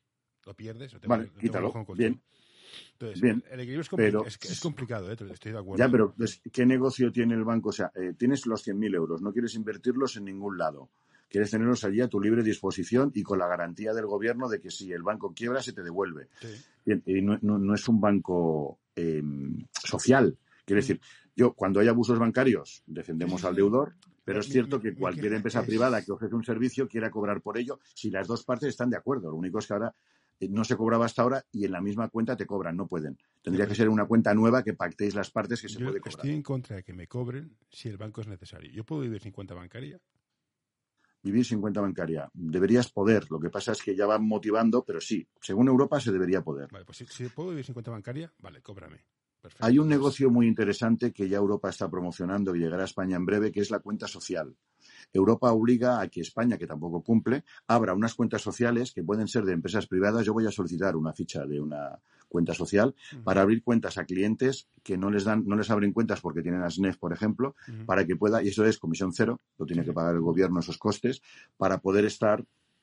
lo pierdes. O te vale, lo tengo quítalo. Con Bien. Entonces, Bien, el equilibrio es, compli pero, es, es complicado, ¿eh? Estoy de acuerdo. Ya, pero pues, ¿qué negocio tiene el banco? O sea, eh, tienes los cien mil euros, no quieres invertirlos en ningún lado. Quieres tenerlos allí a tu libre disposición y con la garantía del gobierno de que si el banco quiebra se te devuelve. Sí. Y, y no, no, no es un banco eh, social. Quiero decir, yo cuando hay abusos bancarios defendemos sí, sí, al deudor, pero mi, es cierto mi, que cualquier empresa es... privada que ofrece un servicio quiera cobrar por ello si las dos partes están de acuerdo. Lo único es que ahora no se cobraba hasta ahora y en la misma cuenta te cobran, no pueden. Tendría que ser una cuenta nueva que pactéis las partes que se yo puede cobrar. Estoy en contra de que me cobren si el banco es necesario. ¿Yo puedo vivir sin cuenta bancaria? Vivir sin cuenta bancaria. Deberías poder. Lo que pasa es que ya van motivando, pero sí. Según Europa se debería poder. Vale, pues si, si puedo vivir sin cuenta bancaria, vale, cóbrame. Perfecto. Hay un negocio muy interesante que ya Europa está promocionando y llegará a España en breve, que es la cuenta social. Europa obliga a que España, que tampoco cumple, abra unas cuentas sociales que pueden ser de empresas privadas. Yo voy a solicitar una ficha de una cuenta social uh-huh. para abrir cuentas a clientes que no les dan, no les abren cuentas porque tienen a S N E F, por ejemplo, uh-huh. para que pueda, y eso es comisión cero, lo tiene uh-huh. que pagar el gobierno esos costes, para poder estar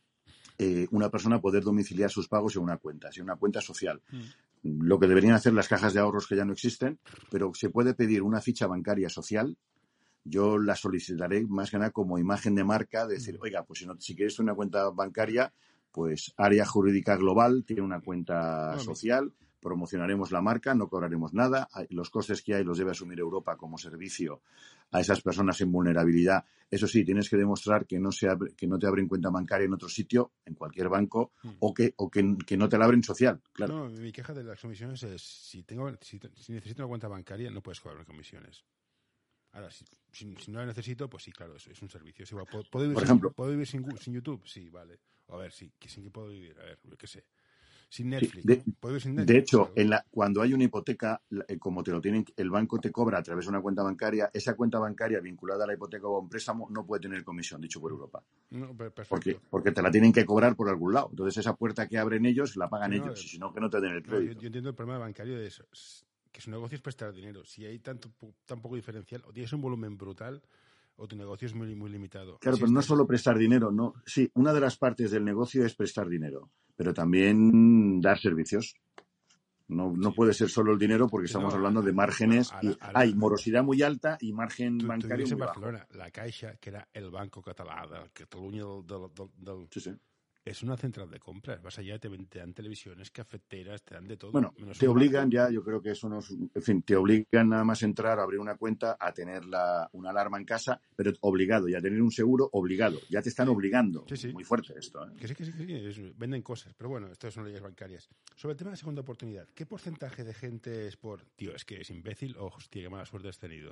eh, una persona poder domiciliar sus pagos en una cuenta, en una cuenta social. Uh-huh. Lo que deberían hacer las cajas de ahorros que ya no existen, pero se puede pedir una ficha bancaria social. Yo la solicitaré más que nada como imagen de marca, de decir, oiga, pues si, no, si quieres una cuenta bancaria, pues Área Jurídica Global tiene una cuenta bueno, social, promocionaremos la marca, no cobraremos nada, los costes que hay los debe asumir Europa como servicio a esas personas en vulnerabilidad. Eso sí, tienes que demostrar que no, se abre, que no te abren cuenta bancaria en otro sitio, en cualquier banco, mm. o, que, o que, que no te la abren social, claro. No, mi queja de las comisiones es, si, tengo, si, si necesito una cuenta bancaria, no puedes cobrar comisiones. Ahora, si, si, si no la necesito, pues sí, claro, eso es un servicio. Es igual. ¿Puedo, puedo vivir, Por sin, ejemplo, ¿puedo vivir sin, sin YouTube? Sí, vale. A ver, sí, ¿sin qué puedo vivir? A ver, yo qué sé. Sin Netflix. Sí, de, ¿Puedo vivir sin Netflix? De hecho, en la, cuando hay una hipoteca, como te lo tienen, el banco te cobra a través de una cuenta bancaria, esa cuenta bancaria vinculada a la hipoteca o a un préstamo no puede tener comisión, dicho por Europa. No, perfecto. Porque, porque te la tienen que cobrar por algún lado. Entonces, esa puerta que abren ellos la pagan no, ellos, y si no, que no te den el crédito. No, yo, yo entiendo el problema bancario de eso. Que su negocio es prestar dinero. Si hay tanto tan poco diferencial, o tienes un volumen brutal, o tu negocio es muy, muy limitado. Claro, si pero no estás... solo prestar dinero, no. Sí, una de las partes del negocio es prestar dinero, pero también dar servicios. No, no sí. puede ser solo el dinero porque sí, estamos no, hablando a, de márgenes. Bueno, a la, y a la, hay morosidad muy alta y margen tu, bancario muy en Barcelona, bajo. La Caixa, que era el banco català de Catalunya del... del, del, del... Sí, sí. Es una central de compras. Vas allá, te, te dan televisiones, cafeteras, te dan de todo. Bueno, te obligan ya, yo creo que eso no es... En fin, te obligan nada más entrar, a abrir una cuenta, a tener la, una alarma en casa, pero obligado, y a tener un seguro obligado. Ya te están sí. obligando. Sí, sí. Muy fuerte esto, ¿eh? Que sí, que sí, que sí. Es, venden cosas. Pero bueno, estas son leyes bancarias. Sobre el tema de la segunda oportunidad, ¿qué porcentaje de gente es por... Tío, es que es imbécil o hostia, qué mala suerte has tenido?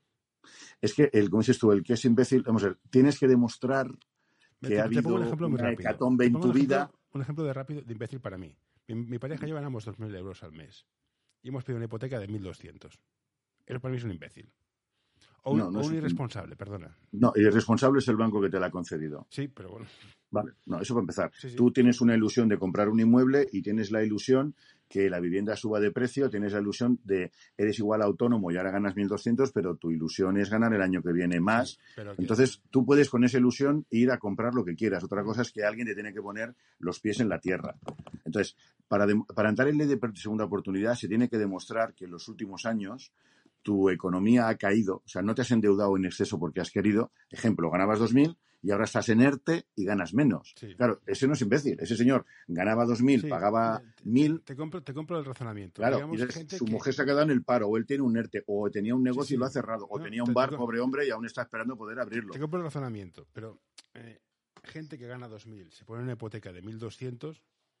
Es que, el, como dices tú, el que es imbécil... Vamos a ver, tienes que demostrar... que te, ha habido te pongo un ejemplo muy una rápido. hecatombe en tu un ejemplo, vida. Un ejemplo de rápido, de imbécil para mí. Mi, mi pareja y yo ganamos dos mil euros al mes. Y hemos pedido una hipoteca de mil doscientos. Eso para mí es un imbécil. O un, no, no o es un un irresponsable, perdona. No, el irresponsable es el banco que te la ha concedido. Sí, pero bueno. Vale, no, eso para empezar. Sí, sí. Tú tienes una ilusión de comprar un inmueble y tienes la ilusión que la vivienda suba de precio, tienes la ilusión de eres igual autónomo y ahora ganas mil doscientos, pero tu ilusión es ganar el año que viene más. Sí, pero Entonces, que... tú puedes con esa ilusión ir a comprar lo que quieras. Otra cosa es que alguien te tiene que poner los pies en la tierra. Entonces, para, de, para entrar en ley de segunda oportunidad se tiene que demostrar que en los últimos años tu economía ha caído, o sea, no te has endeudado en exceso porque has querido. Ejemplo, ganabas dos mil y ahora estás en ERTE y ganas menos. Sí. Claro, ese no es imbécil. Ese señor ganaba dos mil, sí, pagaba mil. Te, te, compro, te compro el razonamiento. Claro, Digamos, y gente su que... mujer se ha quedado en el paro, o él tiene un ERTE, o tenía un negocio sí, sí. y lo ha cerrado, o no, tenía un te, bar, te, pobre hombre, y aún está esperando poder abrirlo. Te compro el razonamiento, pero eh, gente que gana dos mil se pone una hipoteca de mil doscientos.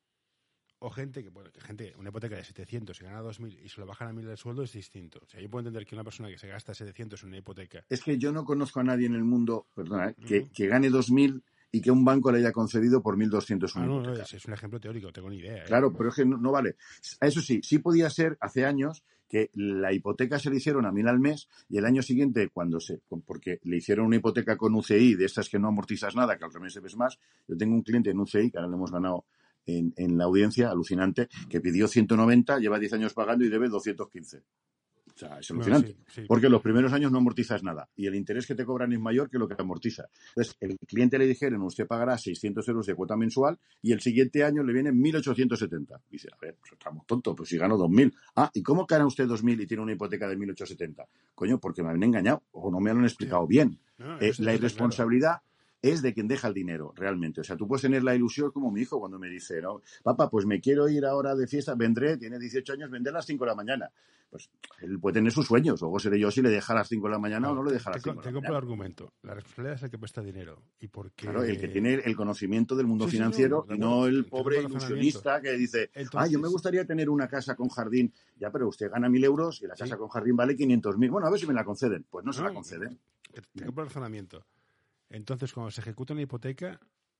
O gente que, bueno, que gente, una hipoteca de setecientos y gana dos mil y se lo bajan a mil el sueldo es distinto. O sea, yo puedo entender que una persona que se gasta setecientos en una hipoteca... Es que yo no conozco a nadie en el mundo, perdona, ¿eh? que, uh-huh. que gane dos mil y que un banco le haya concedido por mil doscientos una ah, no, hipoteca. No, es, es un ejemplo teórico, no tengo ni idea. ¿eh? Claro, pero es que no, no vale. Eso sí, sí podía ser hace años que la hipoteca se le hicieron a mil al mes y el año siguiente, cuando se... Porque le hicieron una hipoteca con U C I, de estas que no amortizas nada, que al mes ves más. Yo tengo un cliente en U C I, que ahora le hemos ganado... En, en la audiencia, alucinante, que pidió ciento noventa, lleva diez años pagando y debe doscientos quince. O sea, es alucinante. Bueno, sí, sí. Porque los primeros años no amortizas nada y el interés que te cobran es mayor que lo que te amortiza. Entonces, el cliente le dijeron, usted pagará seiscientos euros de cuota mensual y el siguiente año le vienen mil ochocientos setenta. Y dice, a ver, pues estamos tontos, pues si gano dos mil. Ah, ¿y cómo gana usted dos mil y tiene una hipoteca de mil ochocientos setenta? Coño, porque me han engañado o no me lo han explicado sí. bien. No, eh, la irresponsabilidad... Claro. Es de quien deja el dinero, realmente. O sea, tú puedes tener la ilusión como mi hijo cuando me dice, no, papá, pues me quiero ir ahora de fiesta, vendré, tiene dieciocho años, vendré a las cinco de la mañana. Pues él puede tener sus sueños, luego seré yo si le deja a las cinco de la mañana claro, o no le deja a las cinco de la mañana. Te compro el argumento. La responsabilidad es el que presta dinero. ¿Y por qué? Claro, el que tiene el conocimiento del mundo sí, financiero sí, no, y no el pobre ilusionista que dice, Entonces, ah, yo me gustaría tener una casa con jardín. Ya, pero usted gana mil euros y la casa sí. con jardín vale quinientos mil. Bueno, a ver si me la conceden. Pues no, no se la conceden. Te, te compro el razonamiento. Entonces, cuando se ejecuta una hipoteca,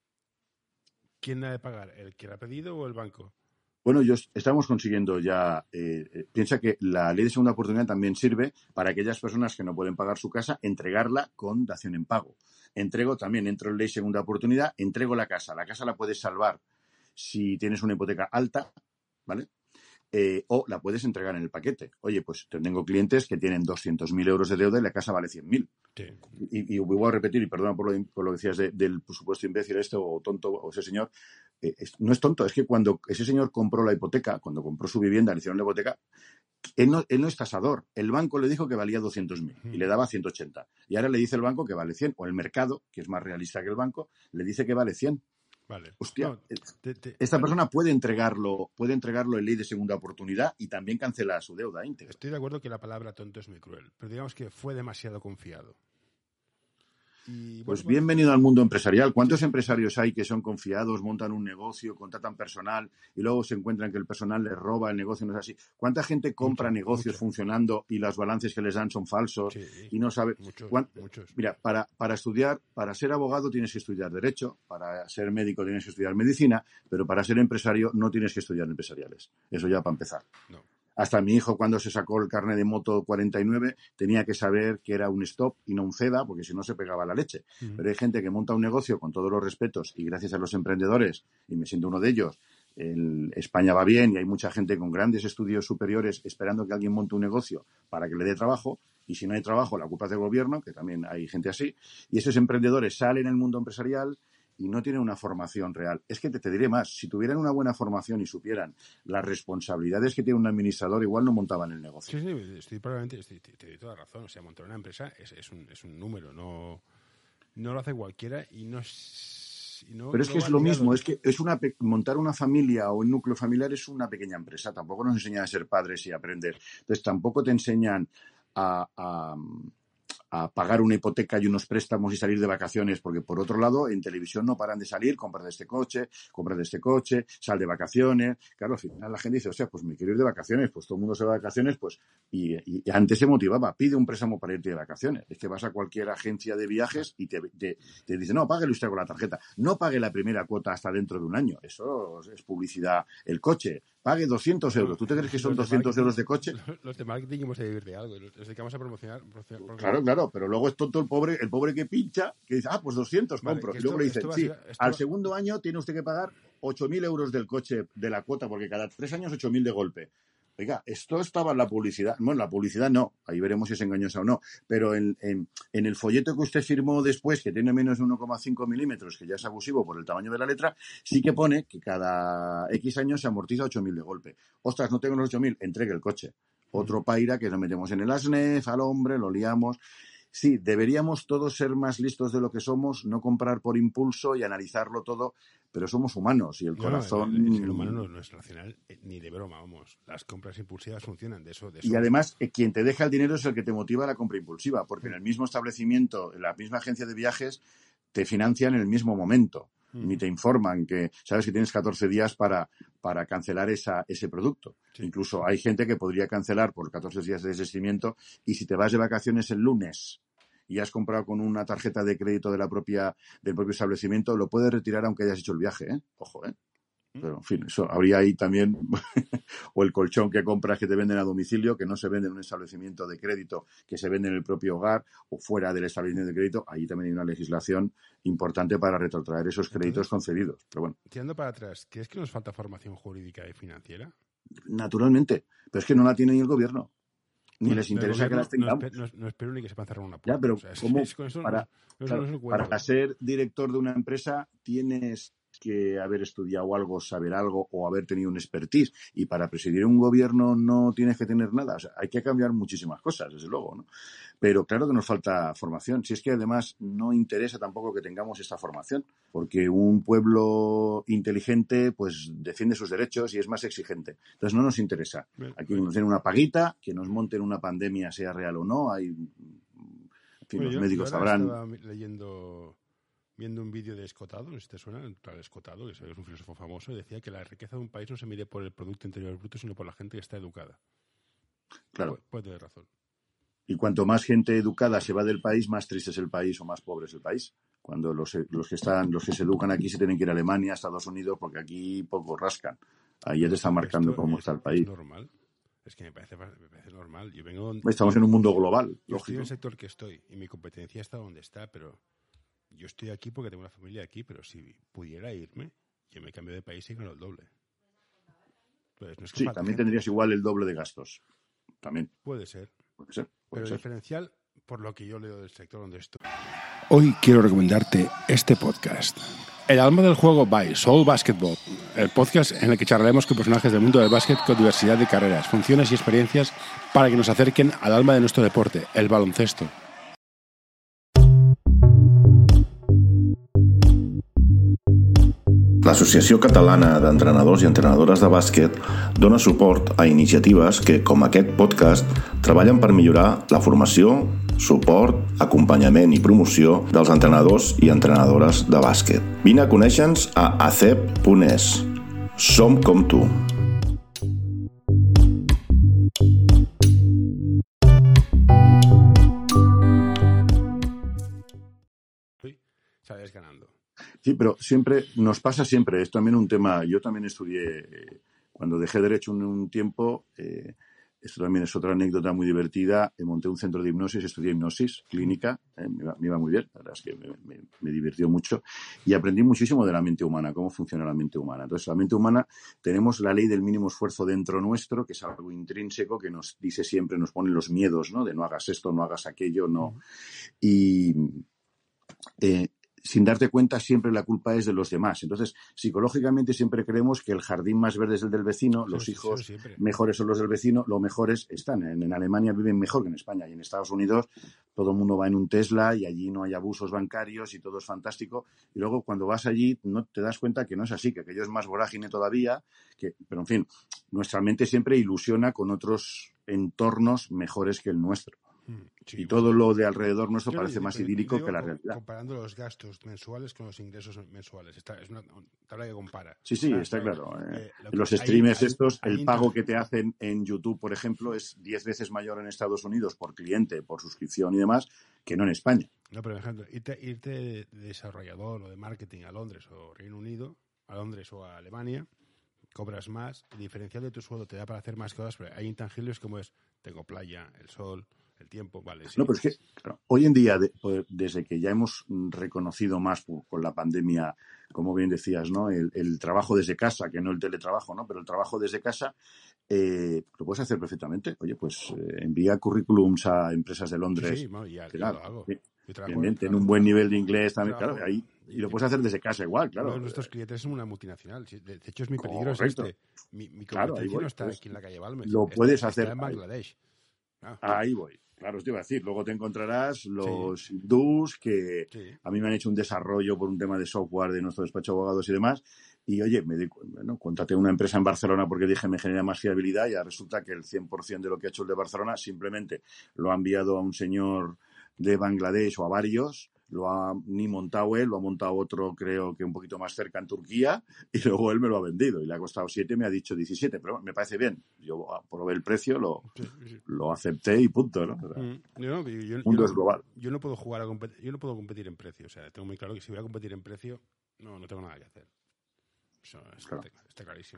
¿quién ha de pagar? ¿El que la ha pedido o el banco? Bueno, yo estamos consiguiendo ya... Eh, eh, piensa que la ley de segunda oportunidad también sirve para aquellas personas que no pueden pagar su casa, entregarla con dación en pago. Entrego también, entro en ley segunda oportunidad, entrego la casa. La casa la puedes salvar si tienes una hipoteca alta, ¿vale? Eh, o la puedes entregar en el paquete. Oye, pues tengo clientes que tienen doscientos mil euros de deuda y la casa vale cien mil. Sí. Y, y voy a repetir, y perdona por lo, por lo que decías de, del supuesto imbécil este o tonto o ese señor, eh, es, no es tonto, es que cuando ese señor compró la hipoteca, cuando compró su vivienda, le hicieron la hipoteca, él no, él no es tasador. El banco le dijo que valía doscientos mil y le daba ciento ochenta. Y ahora le dice el banco que vale cien, o el mercado, que es más realista que el banco, le dice que vale cien. Vale. Hostia, no, te, te, esta vale. persona puede entregarlo, puede entregarlo en ley de segunda oportunidad y también cancelar su deuda íntegra. Estoy de acuerdo que la palabra tonto es muy cruel, pero digamos que fue demasiado confiado. Y, pues bueno, bienvenido bueno. al mundo empresarial. ¿Cuántos empresarios hay que son confiados, montan un negocio, contratan personal y luego se encuentran que el personal les roba, el negocio no es así? ¿Cuánta gente compra mucho, negocios mucho. funcionando y los balances que les dan son falsos sí, y no sabe? Muchos, muchos. Mira, para, para estudiar, para ser abogado tienes que estudiar Derecho, para ser médico tienes que estudiar Medicina, pero para ser empresario no tienes que estudiar empresariales. Eso ya para empezar. No. Hasta mi hijo, cuando se sacó el carnet de moto cuarenta y nueve, tenía que saber que era un stop y no un ceda, porque si no se pegaba la leche. Uh-huh. Pero hay gente que monta un negocio con todos los respetos y gracias a los emprendedores, y me siento uno de ellos, el, España va bien y hay mucha gente con grandes estudios superiores esperando que alguien monte un negocio para que le dé trabajo. Y si no hay trabajo, la culpa es del gobierno, que también hay gente así. Y esos emprendedores salen al mundo empresarial y no tienen una formación real. Es que te, te diré más, si tuvieran una buena formación y supieran las responsabilidades que tiene un administrador, igual no montaban el negocio. Sí, sí, estoy probablemente, estoy, te, te doy toda la razón. O sea, montar una empresa es, es, un, es un número, no, no lo hace cualquiera y no es... Y no, Pero es que no es lo mismo, es que es una montar una familia o un núcleo familiar es una pequeña empresa. Tampoco nos enseñan a ser padres y a aprender. Entonces tampoco te enseñan a... a a pagar una hipoteca y unos préstamos y salir de vacaciones, porque por otro lado, en televisión no paran de salir, compras de este coche, compras de este coche, sal de vacaciones. Claro, al final la gente dice, o sea, pues me quiero ir de vacaciones, pues todo el mundo se va de vacaciones, pues, y, y, y antes se motivaba, pide un préstamo para irte de vacaciones. Es que vas a cualquier agencia de viajes y te, te, te dice, no, páguele usted con la tarjeta, no pague la primera cuota hasta dentro de un año, eso es publicidad. El coche, pague doscientos euros. ¿Tú te crees que son doscientos euros de coche? Los de marketing hemos de vivir de algo, los dedicamos a promocionar. promocionar claro, claro, pero luego es tonto el pobre, el pobre que pincha, que dice, ah, pues doscientos compro. Vale, y luego esto, le dicen, sí, ser, al va... segundo año tiene usted que pagar ocho mil euros del coche de la cuota, porque cada tres años ocho mil de golpe. Oiga, esto estaba en la publicidad. Bueno, la publicidad no, ahí veremos si es engañosa o no, pero en, en, en el folleto que usted firmó después, que tiene menos de uno coma cinco milímetros, que ya es abusivo por el tamaño de la letra, sí que pone que cada X años se amortiza ocho mil de golpe. Ostras, no tengo los ocho mil, entregue el coche. Otro paira que nos metemos en el asnef, al hombre, lo liamos. Sí, deberíamos todos ser más listos de lo que somos, no comprar por impulso y analizarlo todo, pero somos humanos y el no, corazón... El, el ser humano no, no es racional, eh, ni de broma, vamos. Las compras impulsivas funcionan, de eso... De eso. Y además, eh, quien te deja el dinero es el que te motiva a la compra impulsiva, porque en el mismo establecimiento, en la misma agencia de viajes, te financian en el mismo momento. Mm. Ni te informan que sabes que tienes catorce días para, para cancelar esa, ese producto. Sí. Incluso hay gente que podría cancelar por catorce días de desistimiento y si te vas de vacaciones el lunes y has comprado con una tarjeta de crédito de la propia, del propio establecimiento, lo puedes retirar aunque hayas hecho el viaje, ¿eh? Ojo, ¿eh? Pero, en fin, eso habría ahí también, o el colchón que compras que te venden a domicilio, que no se vende en un establecimiento de crédito, que se vende en el propio hogar o fuera del establecimiento de crédito, ahí también hay una legislación importante para retrotraer esos créditos Entonces, concedidos. Pero bueno. Tirando para atrás, ¿crees que nos falta formación jurídica y financiera? Naturalmente, pero es que no la tiene ni el gobierno. ni bueno, les interesa que las tengamos. No, no, no espero ni que sepan cerrar una puerta. Ya, pero o sea, es, ¿cómo es, con eso para, no, claro, no, no para ser director de una empresa tienes que haber estudiado algo, saber algo o haber tenido un expertise, y para presidir un gobierno no tienes que tener nada? O sea, hay que cambiar muchísimas cosas, desde luego, ¿no? Pero claro que nos falta formación. Si es que además no interesa tampoco que tengamos esta formación, porque un pueblo inteligente pues defiende sus derechos y es más exigente. Entonces no nos interesa. Aquí nos den una paguita, que nos monten una pandemia, sea real o no. Hay, en fin, bueno, los yo, médicos yo sabrán. Estaba leyendo, viendo un vídeo de Escotado, no sé si te suena, el Escotado, que es un filósofo famoso, y decía que la riqueza de un país no se mide por el Producto Interior Bruto, sino por la gente que está educada. Claro. Puede tener razón. Y cuanto más gente educada se va del país, más triste es el país o más pobre es el país. Cuando los, los que están, los que se educan aquí se tienen que ir a Alemania, a Estados Unidos, porque aquí poco rascan. Ahí ya te está marcando Esto cómo es, está el país. Es normal. Es que me parece, me parece normal. Yo vengo, Estamos en un mundo global, yo lógico. Estoy en el sector que estoy y mi competencia está donde está, pero yo estoy aquí porque tengo una familia aquí, pero si pudiera irme, yo me cambio de país y gano el doble. Pues no es que sí, falte también gente. Tendrías igual el doble de gastos. También. Puede ser. Puede ser. Puede pero ser. diferencial por lo que yo leo del sector donde estoy. Hoy quiero recomendarte este podcast. El alma del juego by Soul Basketball, el podcast en el que charlaremos con personajes del mundo del básquet con diversidad de carreras, funciones y experiencias para que nos acerquen al alma de nuestro deporte, el baloncesto. L'Associació Catalana d'Entrenadors i Entrenadores de Bàsquet dona suport a iniciatives que, com aquest podcast, treballen per millorar la formació, suport, acompanyament i promoció dels entrenadors i entrenadores de bàsquet. Vine a conèixer-nos a acep punt es. Som com tu. Sales ganando. Sí, pero siempre, nos pasa siempre, es también un tema, yo también estudié, eh, cuando dejé Derecho un, un tiempo, eh, esto también es otra anécdota muy divertida, eh, monté un centro de hipnosis, estudié hipnosis clínica, eh, me, iba, me iba muy bien, la verdad es que me, me, me divirtió mucho y aprendí muchísimo de la mente humana, cómo funciona la mente humana. Entonces, la mente humana, tenemos la ley del mínimo esfuerzo dentro nuestro, que es algo intrínseco, que nos dice siempre, nos pone los miedos, ¿no? De no hagas esto, no hagas aquello, no. Y... Eh, sin darte cuenta, siempre la culpa es de los demás. Entonces, psicológicamente siempre creemos que el jardín más verde es el del vecino, los sí, hijos sí, mejores son los del vecino, los mejores están. En, en Alemania viven mejor que en España, y en Estados Unidos todo el mundo va en un Tesla y allí no hay abusos bancarios y todo es fantástico. Y luego cuando vas allí no te das cuenta que no es así, que aquello es más vorágine todavía. Que, pero en fin, nuestra mente siempre ilusiona con otros entornos mejores que el nuestro. Sí, y todo lo de alrededor nuestro yo parece digo, más idílico digo, que la realidad. Comparando los gastos mensuales con los ingresos mensuales. Esta es una tabla que compara. Sí, sí, ¿sabes? está claro. Eh, eh, que, los streamers hay, estos, hay, el hay pago que te hacen en YouTube, por ejemplo, es diez veces mayor en Estados Unidos por cliente, por suscripción y demás, que no en España. No, pero por ejemplo, irte, irte de desarrollador o de marketing a Londres o Reino Unido, a Londres o a Alemania, cobras más, el diferencial de tu sueldo te da para hacer más cosas, pero hay intangibles como es, tengo playa, el sol, el tiempo, vale. Sí. No, pero es que claro, hoy en día, de, pues, desde que ya hemos reconocido más pues, con la pandemia, como bien decías, ¿no? El, el trabajo desde casa, que no el teletrabajo, ¿no? Pero el trabajo desde casa eh, lo puedes hacer perfectamente. Oye, pues eh, envía currículums a empresas de Londres. Sí, sí, bueno, ya, que, ya claro, lo hago. que, trabajo, que trabajo, un buen nivel de inglés también, trabajo, claro, ahí, y lo puedes hacer desde casa igual, claro. Uno de nuestros clientes es una multinacional. De hecho, es mi peligro Correcto. es este. Mi, mi claro, competencia voy, no está pues, aquí en la calle Balmes. Lo está, puedes está hacer en Bangladesh. Ah. Ahí voy. Claro, os te iba a decir. Luego te encontrarás los sí. hindús que sí. a mí me han hecho un desarrollo por un tema de software de nuestro despacho de abogados y demás. Y oye, me di, bueno, contraté una empresa en Barcelona porque dije me genera más fiabilidad y ya resulta que el cien por ciento de lo que ha hecho el de Barcelona simplemente lo ha enviado a un señor de Bangladesh o a varios. Lo ha ni montado él, lo ha montado otro, creo que un poquito más cerca en Turquía, y luego él me lo ha vendido. Y le ha costado siete, me ha dicho diecisiete, pero me parece bien. Yo probé el precio, lo, sí, sí. lo acepté y punto, ¿no? O sea, mm, yo, yo, yo, mundo yo es global. Yo no puedo jugar a competir, yo no puedo competir en precio. O sea, tengo muy claro que si voy a competir en precio, no, no tengo nada que hacer. Eso es, claro. está, está clarísimo.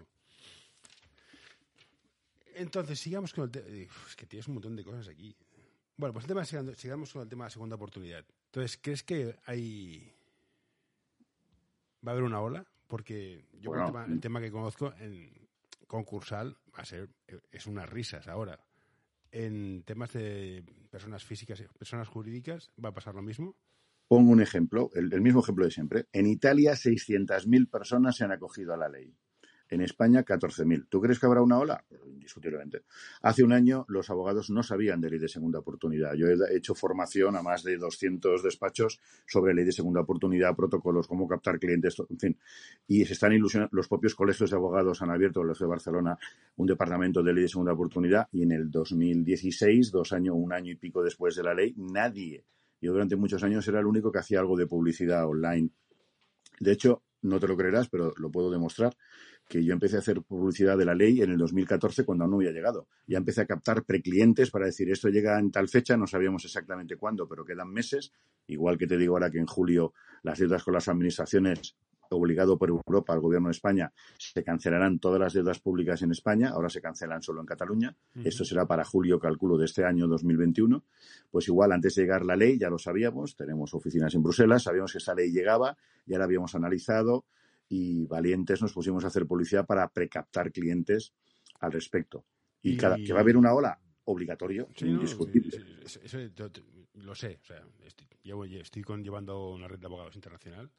Entonces, sigamos con el tema. Es que tienes un montón de cosas aquí. Bueno, pues el tema, sigamos con el tema de la segunda oportunidad. Entonces, ¿crees que hay va a haber una ola? Porque yo bueno, el, tema, el tema que conozco en concursal va a ser es unas risas ahora. en temas de personas físicas y personas jurídicas, ¿va a pasar lo mismo? Pongo un ejemplo, el, el mismo ejemplo de siempre. En Italia, seiscientas mil personas se han acogido a la ley. En España, catorce mil. ¿Tú crees que habrá una ola? Pues, indiscutiblemente. Hace un año los abogados no sabían de ley de segunda oportunidad. Yo he hecho formación a más de doscientos despachos sobre ley de segunda oportunidad, protocolos, cómo captar clientes, en fin. Y se están ilusionando. Los propios colegios de abogados han abierto, el Colegio de Barcelona, un departamento de ley de segunda oportunidad y en el dos mil dieciséis, dos años, un año y pico después de la ley, nadie. Yo durante muchos años era el único que hacía algo de publicidad online. De hecho, no te lo creerás, pero lo puedo demostrar, que yo empecé a hacer publicidad de la ley en el dos mil catorce cuando aún no había llegado. Ya empecé a captar preclientes para decir esto llega en tal fecha, no sabíamos exactamente cuándo, pero quedan meses. Igual que te digo ahora que en julio las deudas con las administraciones, obligado por Europa, al gobierno de España, se cancelarán todas las deudas públicas en España, ahora se cancelan solo en Cataluña. Uh-huh. Esto será para julio, calculo, de este año dos mil veintiuno. Pues igual, antes de llegar la ley, ya lo sabíamos, tenemos oficinas en Bruselas, sabíamos que esa ley llegaba, ya la habíamos analizado y valientes nos pusimos a hacer publicidad para precaptar clientes al respecto. Y, y... cada que va a haber una ola, obligatorio, sí, indiscutible. No, sí, sí, eso, yo, lo sé, o sea, estoy, yo estoy con, llevando una red de abogados internacional.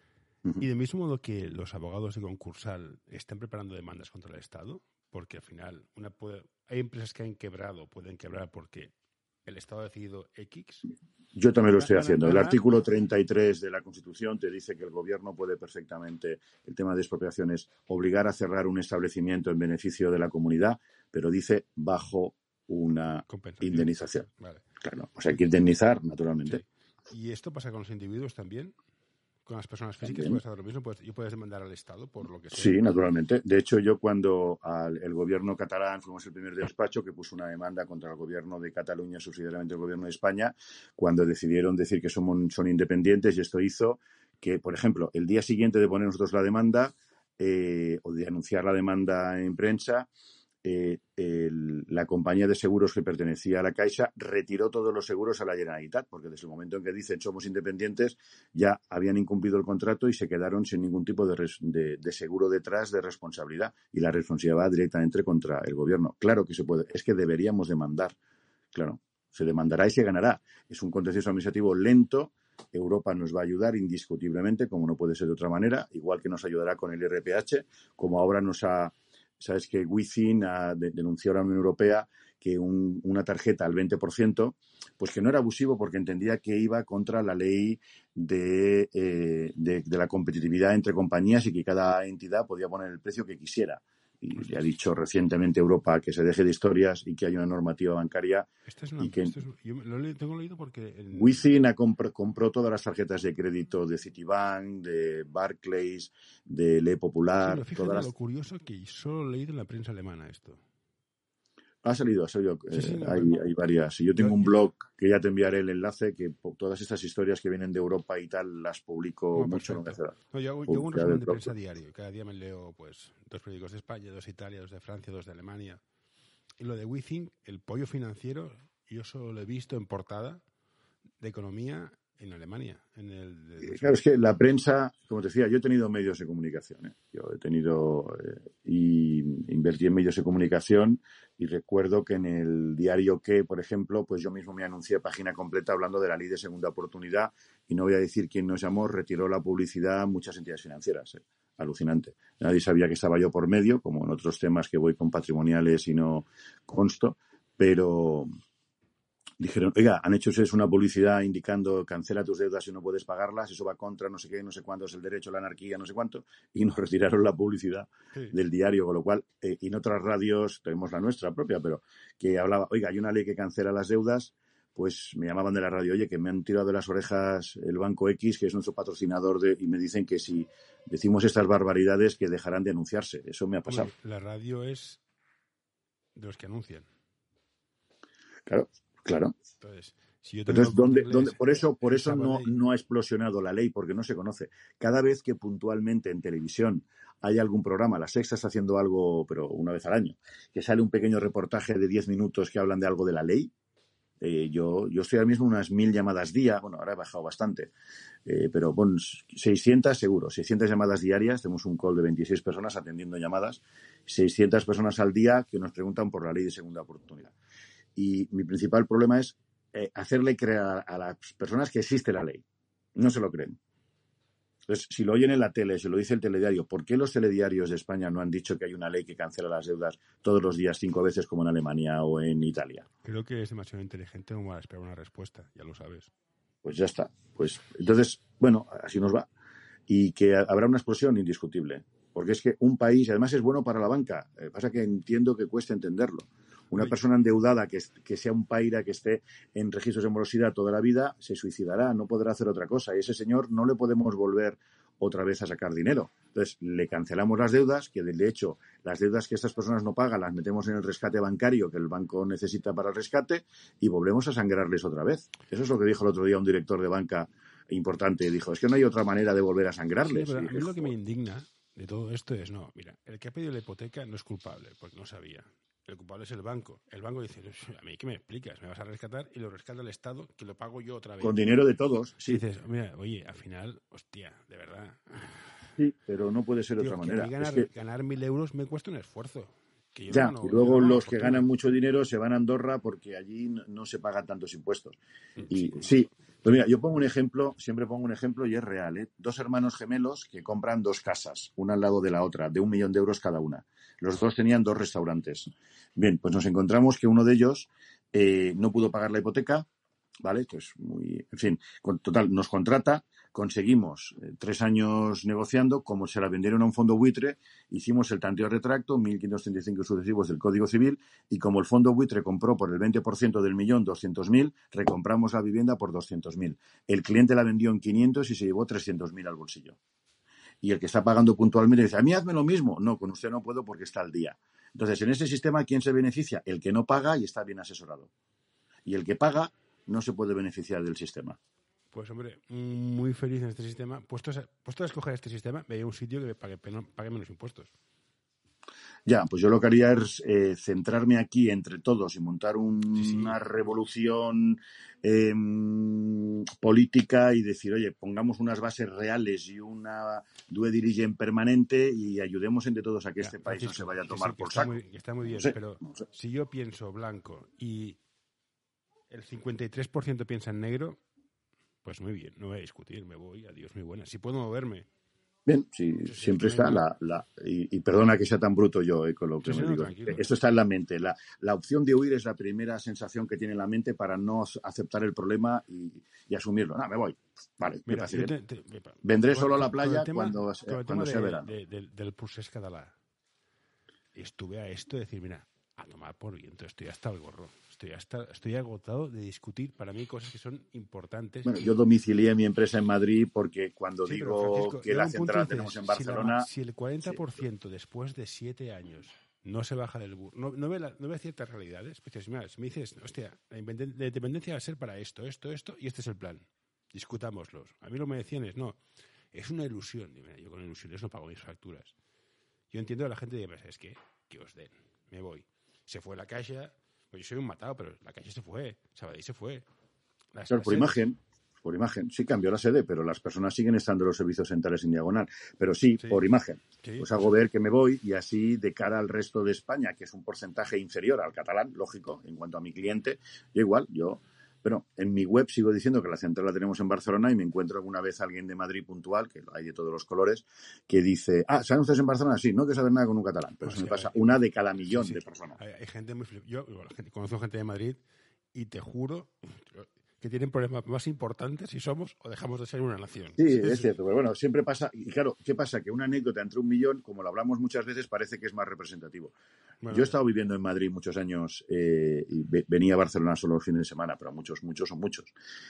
Y del mismo modo que los abogados de concursal están preparando demandas contra el Estado, porque al final una puede, hay empresas que han quebrado, pueden quebrar porque el Estado ha decidido X. Yo también lo estoy haciendo. El artículo treinta y tres de la Constitución te dice que el Gobierno puede perfectamente, el tema de expropiaciones, obligar a cerrar un establecimiento en beneficio de la comunidad, pero dice bajo una indemnización. Vale. Claro, o sea, hay que indemnizar, naturalmente. Sí. ¿Y esto pasa con los individuos también? ¿Con las personas físicas puedes hacer lo mismo? ¿Puedes, ¿Puedes demandar al Estado por lo que sea? Sí, naturalmente. De hecho, yo cuando al, el gobierno catalán fuimos el primer despacho que puso una demanda contra el gobierno de Cataluña, subsidiariamente el gobierno de España, cuando decidieron decir que son, son independientes, y esto hizo que, por ejemplo, el día siguiente de poner nosotros la demanda eh, o de anunciar la demanda en prensa, Eh, el, la compañía de seguros que pertenecía a la Caixa retiró todos los seguros a la Generalitat, porque desde el momento en que dicen somos independientes ya habían incumplido el contrato y se quedaron sin ningún tipo de, res, de, de seguro detrás de responsabilidad, y la responsabilidad va directamente contra el gobierno. Claro que se puede, es que deberíamos demandar, claro, se demandará y se ganará. Es un contencioso administrativo lento. Europa nos va a ayudar indiscutiblemente, como no puede ser de otra manera, igual que nos ayudará con el I R P H, como ahora nos ha... Sabes que Wizzing ha de, denunció a la Unión Europea que un, una tarjeta al veinte por ciento, pues que no era abusivo porque entendía que iba contra la ley de, eh, de, de la competitividad entre compañías y que cada entidad podía poner el precio que quisiera. Y le ha dicho recientemente Europa que se deje de historias y que haya una normativa bancaria. Esta es una, y que es, yo lo le, tengo leído porque... El... Wizzing compró, compró todas las tarjetas de crédito de Citibank, de Barclays, de Le Popular. Sí, fíjate todas las... lo curioso que solo he leído en la prensa alemana esto. Ha salido, ha salido. Sí, sí, eh, no, hay, no. hay varias. Yo tengo un blog que ya te enviaré el enlace, que todas estas historias que vienen de Europa y tal las publico no, mucho en la ciudad. No, yo hago, yo hago un resumen de prensa diario. Cada día me leo pues dos periódicos de España, dos de Italia, dos de Francia, dos de Alemania. Y lo de Wizzing, el pollo financiero, yo solo lo he visto en portada de economía en Alemania. En el de... Claro, es que la prensa, como te decía, yo he tenido medios de comunicación. ¿eh? Yo he tenido eh, y invertí en medios de comunicación y recuerdo que en el diario Que, por ejemplo, pues yo mismo me anuncié página completa hablando de la ley de segunda oportunidad, y no voy a decir quién nos llamó, retiró la publicidad a muchas entidades financieras. ¿eh? Alucinante. Nadie sabía que estaba yo por medio, como en otros temas que voy con patrimoniales y no consto, pero... Dijeron, oiga, han hecho ustedes una publicidad indicando cancela tus deudas y no puedes pagarlas, eso va contra no sé qué, no sé cuánto es el derecho, la anarquía, no sé cuánto, y nos retiraron la publicidad sí. del diario, con lo cual, eh, y en otras radios, tenemos la nuestra propia, pero que hablaba, oiga, hay una ley que cancela las deudas, pues me llamaban de la radio, oye, que me han tirado de las orejas el Banco X, que es nuestro patrocinador, de, y me dicen que si decimos estas barbaridades que dejarán de anunciarse. Eso me ha pasado. Oye, la radio es de los que anuncian. Claro. Claro. Entonces, si yo Entonces ¿dónde, inglés, ¿dónde? Por eso, por eso no, no ha explosionado la ley, porque no se conoce. Cada vez que puntualmente en televisión hay algún programa, La Sexta está haciendo algo, pero una vez al año, que sale un pequeño reportaje de diez minutos que hablan de algo de la ley, eh, yo, yo estoy ahora mismo unas mil llamadas día, bueno, ahora he bajado bastante, eh, pero bueno, seiscientas seguro, seiscientas llamadas diarias, tenemos un call de veintiséis personas atendiendo llamadas, seiscientas personas al día que nos preguntan por la ley de segunda oportunidad. Y mi principal problema es eh, hacerle creer a, a las personas que existe la ley. No se lo creen. Entonces, si lo oyen en la tele, si lo dice el telediario, ¿por qué los telediarios de España no han dicho que hay una ley que cancela las deudas todos los días cinco veces como en Alemania o en Italia? Creo que es demasiado inteligente como para esperar una respuesta, ya lo sabes. Pues ya está. Pues entonces, bueno, así nos va. Y que habrá una explosión indiscutible. Porque es que un país, además es bueno para la banca. Eh, pasa que entiendo que cuesta entenderlo. Una Oye. persona endeudada que, que sea un paira que esté en registros de morosidad toda la vida, se suicidará, no podrá hacer otra cosa. Y ese señor no le podemos volver otra vez a sacar dinero. Entonces, le cancelamos las deudas, que de hecho, las deudas que estas personas no pagan las metemos en el rescate bancario que el banco necesita para el rescate y volvemos a sangrarles otra vez. Eso es lo que dijo el otro día un director de banca importante. Dijo, es que no hay otra manera de volver a sangrarles. Sí, pero a mí lo que me indigna de todo esto es, no, mira, el que ha pedido la hipoteca no es culpable, porque no sabía. El culpable es el banco. El banco dice, a mí ¿qué me explicas? Me vas a rescatar y lo rescata el Estado, que lo pago yo otra vez. Con dinero de todos, sí. Y dices, mira, oye, al final, hostia, de verdad. Sí, pero no puede ser de otra manera. Ganar, es que... ganar mil euros me cuesta un esfuerzo. Que ya, no, y luego no los que ganan mucho dinero se van a Andorra porque allí no, no se pagan tantos impuestos. Y sí, pues mira, yo pongo un ejemplo, siempre pongo un ejemplo y es real, ¿eh? Dos hermanos gemelos que compran dos casas, una al lado de la otra, de un millón de euros cada una. Los dos tenían dos restaurantes. Bien, pues nos encontramos que uno de ellos eh, no pudo pagar la hipoteca, ¿vale? Pues muy, en fin, con, total, nos contrata, conseguimos eh, tres años negociando, como se la vendieron a un fondo buitre, hicimos el tanteo retracto, mil quinientos treinta y cinco sucesivos del Código Civil, y como el fondo buitre compró por el veinte por ciento del millón doscientos mil, recompramos la vivienda por doscientos mil. El cliente la vendió en quinientos y se llevó trescientos mil al bolsillo. Y el que está pagando puntualmente dice, a mí hazme lo mismo. No, con usted no puedo porque está al día. Entonces, en ese sistema, ¿quién se beneficia? El que no paga y está bien asesorado. Y el que paga no se puede beneficiar del sistema. Pues, hombre, muy feliz en este sistema. Puesto a, puesto a escoger este sistema, veía un sitio que pague, pague menos impuestos. Ya, pues yo lo que haría es eh, centrarme aquí entre todos y montar un, sí, sí. una revolución eh, política y decir, oye, pongamos unas bases reales y una due diligence permanente y ayudemos entre todos a que ya, este país Francisco, no se vaya a tomar sí, por está saco. Muy, está muy bien, no sé, pero no sé. Si yo pienso blanco y el cincuenta y tres por ciento piensa en negro, pues muy bien, no voy a discutir, me voy, adiós, muy buena. Si puedo moverme. Bien, sí, sí siempre está la... la y, y perdona que sea tan bruto yo eh, con lo que sí, me sí, digo. No, esto está en la mente. La, la opción de huir es la primera sensación que tiene la mente para no aceptar el problema y, y asumirlo. No, me voy. Vale, Mira, me te, te, me, Vendré con, solo a la playa tema, cuando, eh, cuando sea de, verano. De, de, del procés català. Estuve a esto de decir, mira, a tomar por viento, estoy hasta el gorro. Estoy, hasta, estoy agotado de discutir para mí cosas que son importantes. Bueno, yo domicilié mi empresa en Madrid porque cuando sí, digo que la central la tenemos en Barcelona... Si, la, si el cuarenta por ciento sí. después de siete años no se baja del burro, no, no, ve la, no ve ciertas realidades, pues mira, si me dices, hostia, la independencia va a ser para esto, esto, esto, y este es el plan. Discutámoslos. A mí lo que me decían es, no, es una ilusión. Y mira, yo con ilusiones no pago mis facturas. Yo entiendo a la gente que dice, es que, que os den, me voy. Se fue la Caixa... Pues yo soy un matado, pero la calle se fue, Sabadell se fue. Las, claro, por sedes. imagen, por imagen. Sí cambió la sede, pero las personas siguen estando en los servicios centrales en diagonal. Pero sí, sí. por imagen. Sí, pues hago ver que me voy y así de cara al resto de España, que es un porcentaje inferior al catalán, lógico, en cuanto a mi cliente, yo igual, yo... Pero en mi web sigo diciendo que la central la tenemos en Barcelona y me encuentro alguna vez alguien de Madrid puntual, que hay de todos los colores, que dice, ah, ¿saben ustedes en Barcelona? Sí, no hay que saber nada con un catalán. Pero o sea, se me pasa hay, una de cada millón sí, sí. de personas. Hay, hay gente muy flip. Yo la gente, conozco gente de Madrid y te juro que tienen problemas más importantes si somos o dejamos de ser una nación. Sí, es cierto. Pero bueno, siempre pasa. Y claro, ¿qué pasa? Que una anécdota entre un millón, como lo hablamos muchas veces, parece que es más representativo. Bueno, yo he estado viviendo en Madrid muchos años eh, y ve, venía a Barcelona solo los fines de semana, pero muchos, muchos son muchos.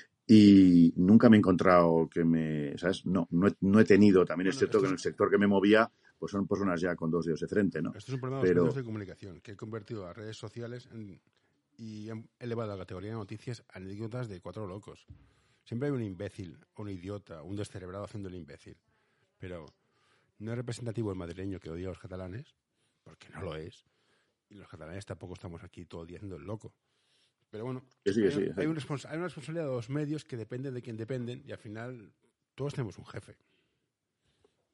Y nunca me he encontrado que me... ¿Sabes? No, no he, no he tenido. También bueno, es cierto que en el sector que me movía, pues son personas ya con dos dedos de frente, ¿no? Esto es un problema de los medios de comunicación, que he convertido las redes sociales en... y han elevado la categoría de noticias a anécdotas de cuatro locos. Siempre hay un imbécil, un idiota, un descerebrado haciendo el imbécil. Pero no es representativo el madrileño que odia a los catalanes, porque no lo es. Y los catalanes tampoco estamos aquí todo el día haciendo el loco. Pero bueno, sí, sí, hay, sí, hay, un respons- hay una responsabilidad de los medios que dependen de quien dependen y al final todos tenemos un jefe.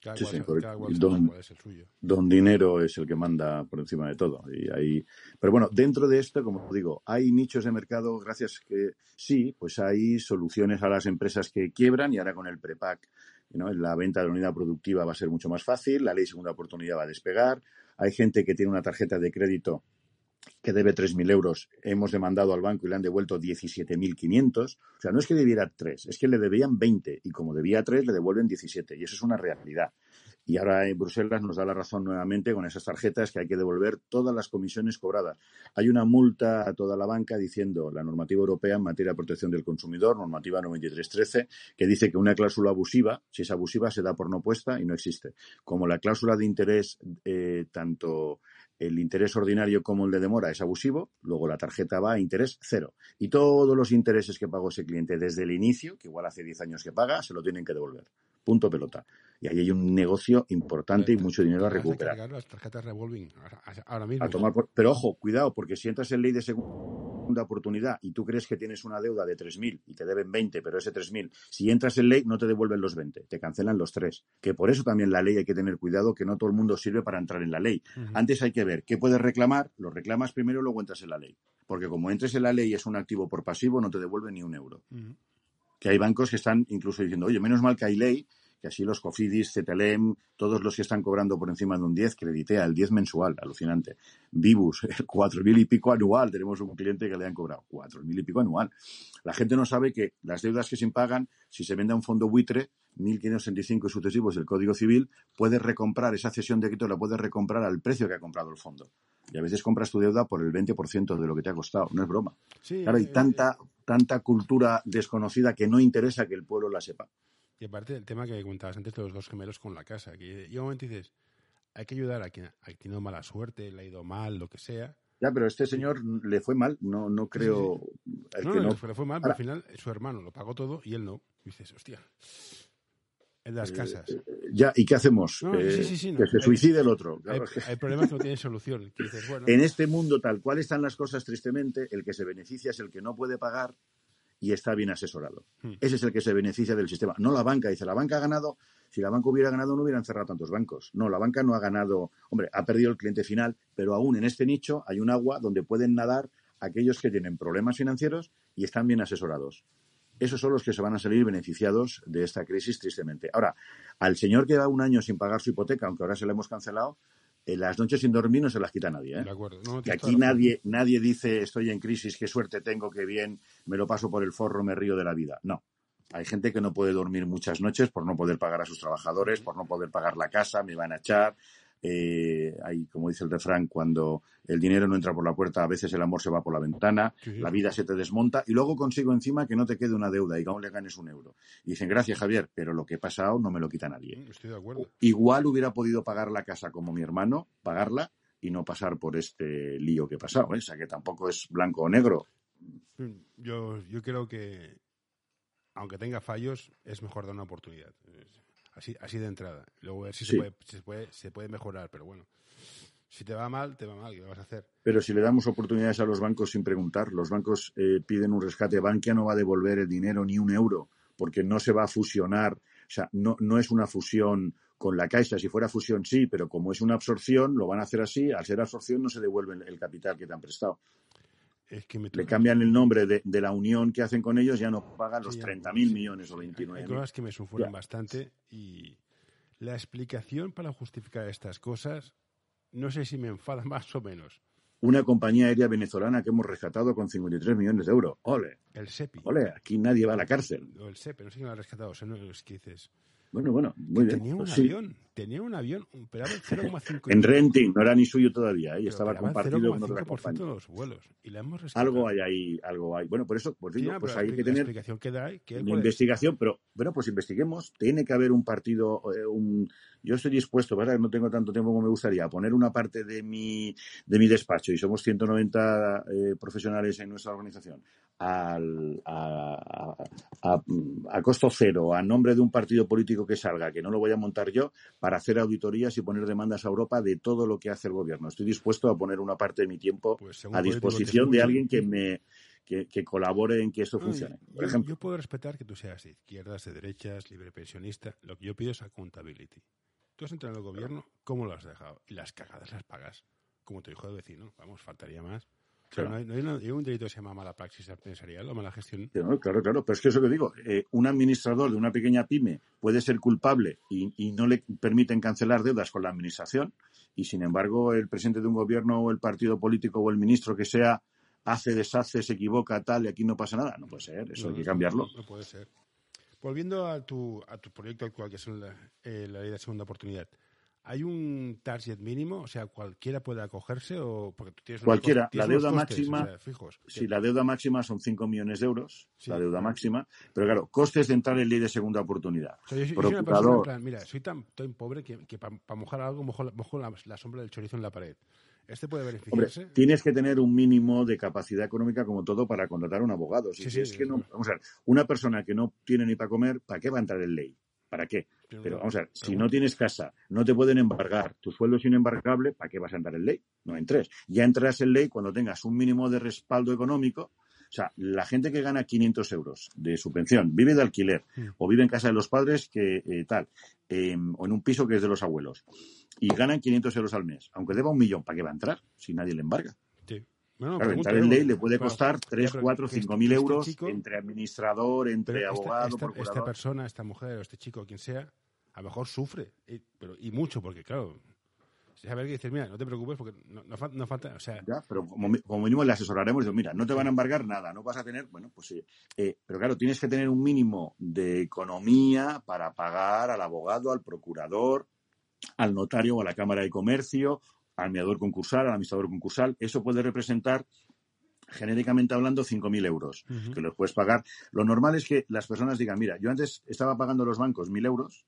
Cada Sí, cual, sí, sabe- correcto. cada cual Y sabe don, cuál es el suyo. don dinero es el que manda por encima de todo. Y ahí... Pero bueno, dentro de esto, como digo, hay nichos de mercado, gracias que sí, pues hay soluciones a las empresas que quiebran y ahora con el prepack, ¿no? La venta de la unidad productiva va a ser mucho más fácil, la ley segunda oportunidad va a despegar, hay gente que tiene una tarjeta de crédito que debe tres mil euros, hemos demandado al banco y le han devuelto diecisiete mil quinientos. O sea, no es que debiera tres, es que le debían veinte y como debía tres, le devuelven diecisiete. Y eso es una realidad. Y ahora en Bruselas nos da la razón nuevamente con esas tarjetas que hay que devolver todas las comisiones cobradas. Hay una multa a toda la banca diciendo la normativa europea en materia de protección del consumidor, normativa noventa y tres trece, que dice que una cláusula abusiva, si es abusiva, se da por no puesta y no existe. Como la cláusula de interés, eh, tanto el interés ordinario como el de demora es abusivo, luego la tarjeta va a interés cero. Y todos los intereses que pagó ese cliente desde el inicio, que igual hace diez años que paga, se lo tienen que devolver. Punto pelota. Y ahí hay un negocio importante y mucho dinero a recuperar. Cargar las tarjetas revolving ahora, ahora mismo. A tomar por... Pero ojo, cuidado, porque si entras en ley de segunda oportunidad y tú crees que tienes una deuda de tres mil y te deben veinte, pero ese tres mil, si entras en ley no te devuelven los veinte, te cancelan los tres. Que por eso también la ley hay que tener cuidado, que no todo el mundo sirve para entrar en la ley. Uh-huh. Antes hay que ver qué puedes reclamar, lo reclamas primero y luego entras en la ley. Porque como entres en la ley y es un activo por pasivo, no te devuelven ni un euro. Uh-huh. Que hay bancos que están incluso diciendo, oye, menos mal que hay ley, que así los Cofidis, Cetelem, todos los que están cobrando por encima de un diez, creditea el diez mensual, alucinante. Vivus, cuatro mil y pico anual, tenemos un cliente que le han cobrado cuatro mil y pico anual. La gente no sabe que las deudas que se impagan, si se vende a un fondo buitre, mil quinientos sesenta y cinco y sucesivos del Código Civil, puedes recomprar esa cesión de crédito, la puedes recomprar al precio que ha comprado el fondo. Y a veces compras tu deuda por el veinte por ciento de lo que te ha costado, no es broma. Sí, claro, hay eh, tanta, tanta cultura desconocida que no interesa que el pueblo la sepa. Y aparte del tema que comentabas antes de los dos gemelos con la casa, que llega un momento y dices, hay que ayudar a quien ha tenido mala suerte, le ha ido mal, lo que sea. Ya, pero este señor sí. le fue mal, no, no creo... Sí, sí. El no, que no, no, le fue mal, pero al final su hermano lo pagó todo y él no. Y dices, hostia, en las casas. Eh, ya, ¿y qué hacemos? No, eh, sí, sí, sí, no. Que se suicide el otro. Hay, hay problemas que no tienen solución. Que dices, bueno. En este mundo tal cual están las cosas, tristemente, el que se beneficia es el que no puede pagar y está bien asesorado. Hmm. Ese es el que se beneficia del sistema. No la banca. Dice, la banca ha ganado. Si la banca hubiera ganado, no hubieran cerrado tantos bancos. No, la banca no ha ganado. Hombre, ha perdido el cliente final, pero aún en este nicho hay un agua donde pueden nadar aquellos que tienen problemas financieros y están bien asesorados. Esos son los que se van a salir beneficiados de esta crisis, tristemente. Ahora, al señor que va un año sin pagar su hipoteca, aunque ahora se la hemos cancelado, eh, las noches sin dormir no se las quita nadie. ¿eh? De acuerdo. No, que aquí nadie, nadie dice estoy en crisis, qué suerte tengo, qué bien, me lo paso por el forro, me río de la vida. No. Hay gente que no puede dormir muchas noches por no poder pagar a sus trabajadores, por no poder pagar la casa, me van a echar. Eh, hay, como dice el refrán, cuando el dinero no entra por la puerta, a veces el amor se va por la ventana, sí, sí, la vida sí. se te desmonta y luego consigo encima que no te quede una deuda y que aún le ganes un euro. Y dicen, gracias Javier, pero lo que he pasado no me lo quita nadie. Estoy de acuerdo. Igual hubiera podido pagar la casa como mi hermano, pagarla y no pasar por este lío que he pasado, ¿eh? O sea, que tampoco es blanco o negro. Yo, yo creo que, aunque tenga fallos, es mejor dar una oportunidad. Así, así de entrada. Luego ver si sí. se, puede, se, puede, se puede mejorar, pero bueno. Si te va mal, te va mal, ¿qué vas a hacer? Pero si le damos oportunidades a los bancos sin preguntar, los bancos eh, piden un rescate. Bankia no va a devolver el dinero ni un euro, porque no se va a fusionar. O sea, no, no es una fusión con la Caixa. Si fuera fusión, sí, pero como es una absorción, lo van a hacer así. Al ser absorción, no se devuelve el, el capital que te han prestado. Es que me le cambian el nombre de, de la unión que hacen con ellos, ya no pagan los sí, treinta mil sí, millones sí, o veintinueve mil. Hay cosas que me sulfuran ya. bastante y la explicación para justificar estas cosas no sé si me enfada más o menos. Una compañía aérea venezolana que hemos rescatado con cincuenta y tres millones de euros. ¡Ole! El SEPI. ¡Ole! Aquí nadie va a la cárcel. O el SEPI, no sé quién lo ha rescatado, son los que dices... Bueno, bueno, muy bien. Tenía un pues avión, sí. tenía un avión, operaba el cero coma cinco. En renting, no era ni suyo todavía, ¿eh? Estaba compartido con otra compañía. De los vuelos, y la hemos rescatado. Algo hay ahí, algo hay. Bueno, por eso, pues digo, sí, pues hay hay que tener explicación que da, que una investigación, pero bueno, pues investiguemos. Tiene que haber un partido, eh, un. Yo estoy dispuesto, ¿verdad? No tengo tanto tiempo como me gustaría, a poner una parte de mi de mi despacho, y somos ciento noventa eh, profesionales en nuestra organización, al, a, a, a, a costo cero, a nombre de un partido político que salga, que no lo voy a montar yo, para hacer auditorías y poner demandas a Europa de todo lo que hace el gobierno. Estoy dispuesto a poner una parte de mi tiempo pues a disposición de alguien que me que, que colabore en que esto No, funcione. yo, Por ejemplo. Yo puedo respetar que tú seas de izquierdas, de derechas, libre pensionista. Lo que yo pido es accountability. Tú has entrado en el gobierno, ¿cómo lo has dejado? Y las cagadas las pagas, como tu hijo de vecino. Vamos, faltaría más. Claro. No, hay, no, hay una, no hay un delito que se llama mala praxis empresarial o mala gestión. Claro, claro, claro. Pero es que eso que digo, eh, un administrador de una pequeña pyme puede ser culpable y, y no le permiten cancelar deudas con la administración, y sin embargo el presidente de un gobierno o el partido político o el ministro que sea hace, deshace, se equivoca, tal, y aquí no pasa nada. No puede ser, eso no, hay que cambiarlo. No, no puede ser. Volviendo a tu, a tu proyecto actual, que es la, eh, la ley de segunda oportunidad, ¿hay un target mínimo? O sea, ¿cualquiera puede acogerse? O porque tú tienes Cualquiera. Tienes la deuda costes, máxima, o sea, fijos. Sí, la deuda máxima son cinco millones de euros, sí, la deuda claro. máxima. Pero claro, costes de entrar en ley de segunda oportunidad. O sea, yo, yo Procurador... soy una persona, en plan, mira, soy tan, tan pobre que, que para pa mojar algo mojo, mojo la, la sombra del chorizo en la pared. ¿Este puede beneficiarse? Hombre, tienes que tener un mínimo de capacidad económica, como todo, para contratar a un abogado. Si sí, es sí, que sí. no, vamos a ver, una persona que no tiene ni para comer, ¿para qué va a entrar en ley? ¿Para qué? Pero vamos a ver, si no tienes casa, no te pueden embargar, tu sueldo es inembargable, ¿para qué vas a entrar en ley? No entres. Ya entrarás en ley cuando tengas un mínimo de respaldo económico. O sea, la gente que gana quinientos euros de su pensión, vive de alquiler, sí. o vive en casa de los padres, que eh, tal, eh, o en un piso que es de los abuelos, y ganan quinientos euros al mes, aunque deba un millón, ¿para qué va a entrar si nadie le embarga? Sí. Bueno, claro, entrar en ley le puede claro, costar tres, cuatro, cinco mil este euros chico, entre administrador, entre esta, abogado, esta, procurador. Esta persona, esta mujer o este chico, quien sea, a lo mejor sufre, y, pero, y mucho, porque claro, saber que dices, mira, no te preocupes porque no, no, no falta, o sea... Ya, pero como, como mínimo le asesoraremos, digo, mira, no te van a embargar nada, no vas a tener, bueno, pues sí, eh, pero claro, tienes que tener un mínimo de economía para pagar al abogado, al procurador, al notario o a la Cámara de Comercio, al mediador concursal, al administrador concursal. Eso puede representar, genéricamente hablando, cinco mil euros, uh-huh. que los puedes pagar. Lo normal es que las personas digan, mira, yo antes estaba pagando a los bancos mil euros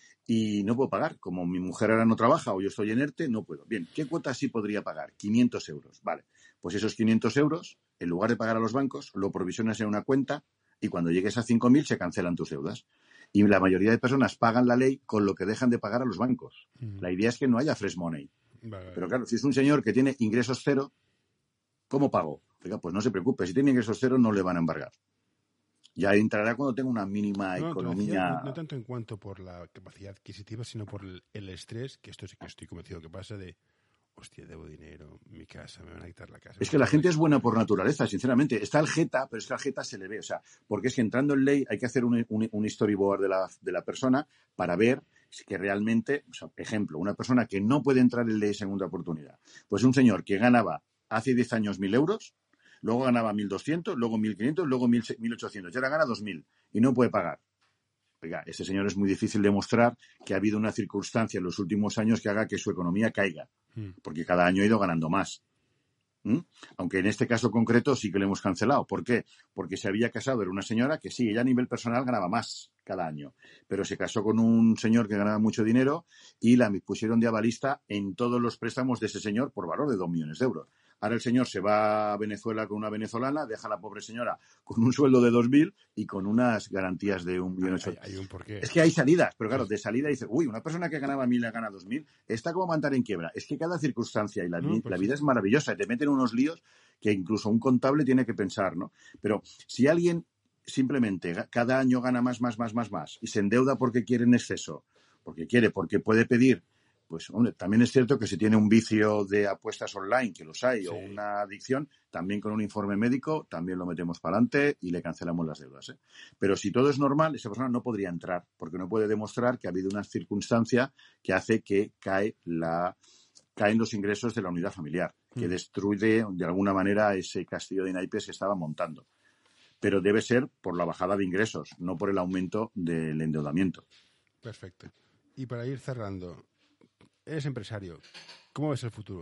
y no puedo pagar. Como mi mujer ahora no trabaja o yo estoy en ERTE, no puedo. Bien, ¿qué cuota sí podría pagar? quinientos euros. Vale, pues esos quinientos euros, en lugar de pagar a los bancos, lo provisionas en una cuenta y cuando llegues a cinco mil se cancelan tus deudas. Y la mayoría de personas pagan la ley con lo que dejan de pagar a los bancos. Uh-huh. La idea es que no haya fresh money. Vale. Pero claro, si es un señor que tiene ingresos cero, ¿cómo pago? Oiga, pues no se preocupe, si tiene ingresos cero no le van a embargar. Ya entrará cuando tenga una mínima no, economía. No, no tanto en cuanto por la capacidad adquisitiva, sino por el, el estrés, que esto sí que estoy convencido que pasa de, hostia, debo dinero, mi casa, me van a quitar la casa. Es que la gente es buena por naturaleza, sinceramente. Está el jeta, pero es que al jeta se le ve. O sea, porque es que entrando en ley hay que hacer un, un, un storyboard de la, de la persona para ver que realmente, o sea, ejemplo, una persona que no puede entrar en ley segunda oportunidad. Pues un señor que ganaba hace diez años mil euros, luego ganaba mil doscientos, luego mil quinientos, luego mil ochocientos, y ahora gana dos mil y no puede pagar. Oiga, ese señor es muy difícil demostrar que ha habido una circunstancia en los últimos años que haga que su economía caiga, porque cada año ha ido ganando más. ¿Mm? Aunque en este caso concreto sí que lo hemos cancelado. ¿Por qué? Porque se había casado, era una señora que sí, ella a nivel personal ganaba más cada año, pero se casó con un señor que ganaba mucho dinero y la pusieron de avalista en todos los préstamos de ese señor por valor de dos millones de euros. Ahora el señor se va a Venezuela con una venezolana, deja a la pobre señora con un sueldo de dos mil y con unas garantías de un millón ochocientos. Hay, hay un porqué. Es que hay salidas, pero claro, de salida dice, uy, una persona que ganaba mil gana dos mil, está como mandar en quiebra. Es que cada circunstancia y la, no, pues la vida sí. es maravillosa. Te meten unos líos que incluso un contable tiene que pensar, ¿no? Pero si alguien simplemente cada año gana más, más, más, más, más y se endeuda porque quiere en exceso, porque quiere, porque puede pedir. Pues, hombre, también es cierto que si tiene un vicio de apuestas online, que los hay, sí. o una adicción, también con un informe médico, también lo metemos para adelante y le cancelamos las deudas, ¿eh? Pero si todo es normal, esa persona no podría entrar, porque no puede demostrar que ha habido una circunstancia que hace que cae la, caen los ingresos de la unidad familiar, mm. que destruye de alguna manera ese castillo de naipes que estaba montando. Pero debe ser por la bajada de ingresos, no por el aumento del endeudamiento. Perfecto. Y para ir cerrando... Eres empresario. ¿Cómo ves el futuro?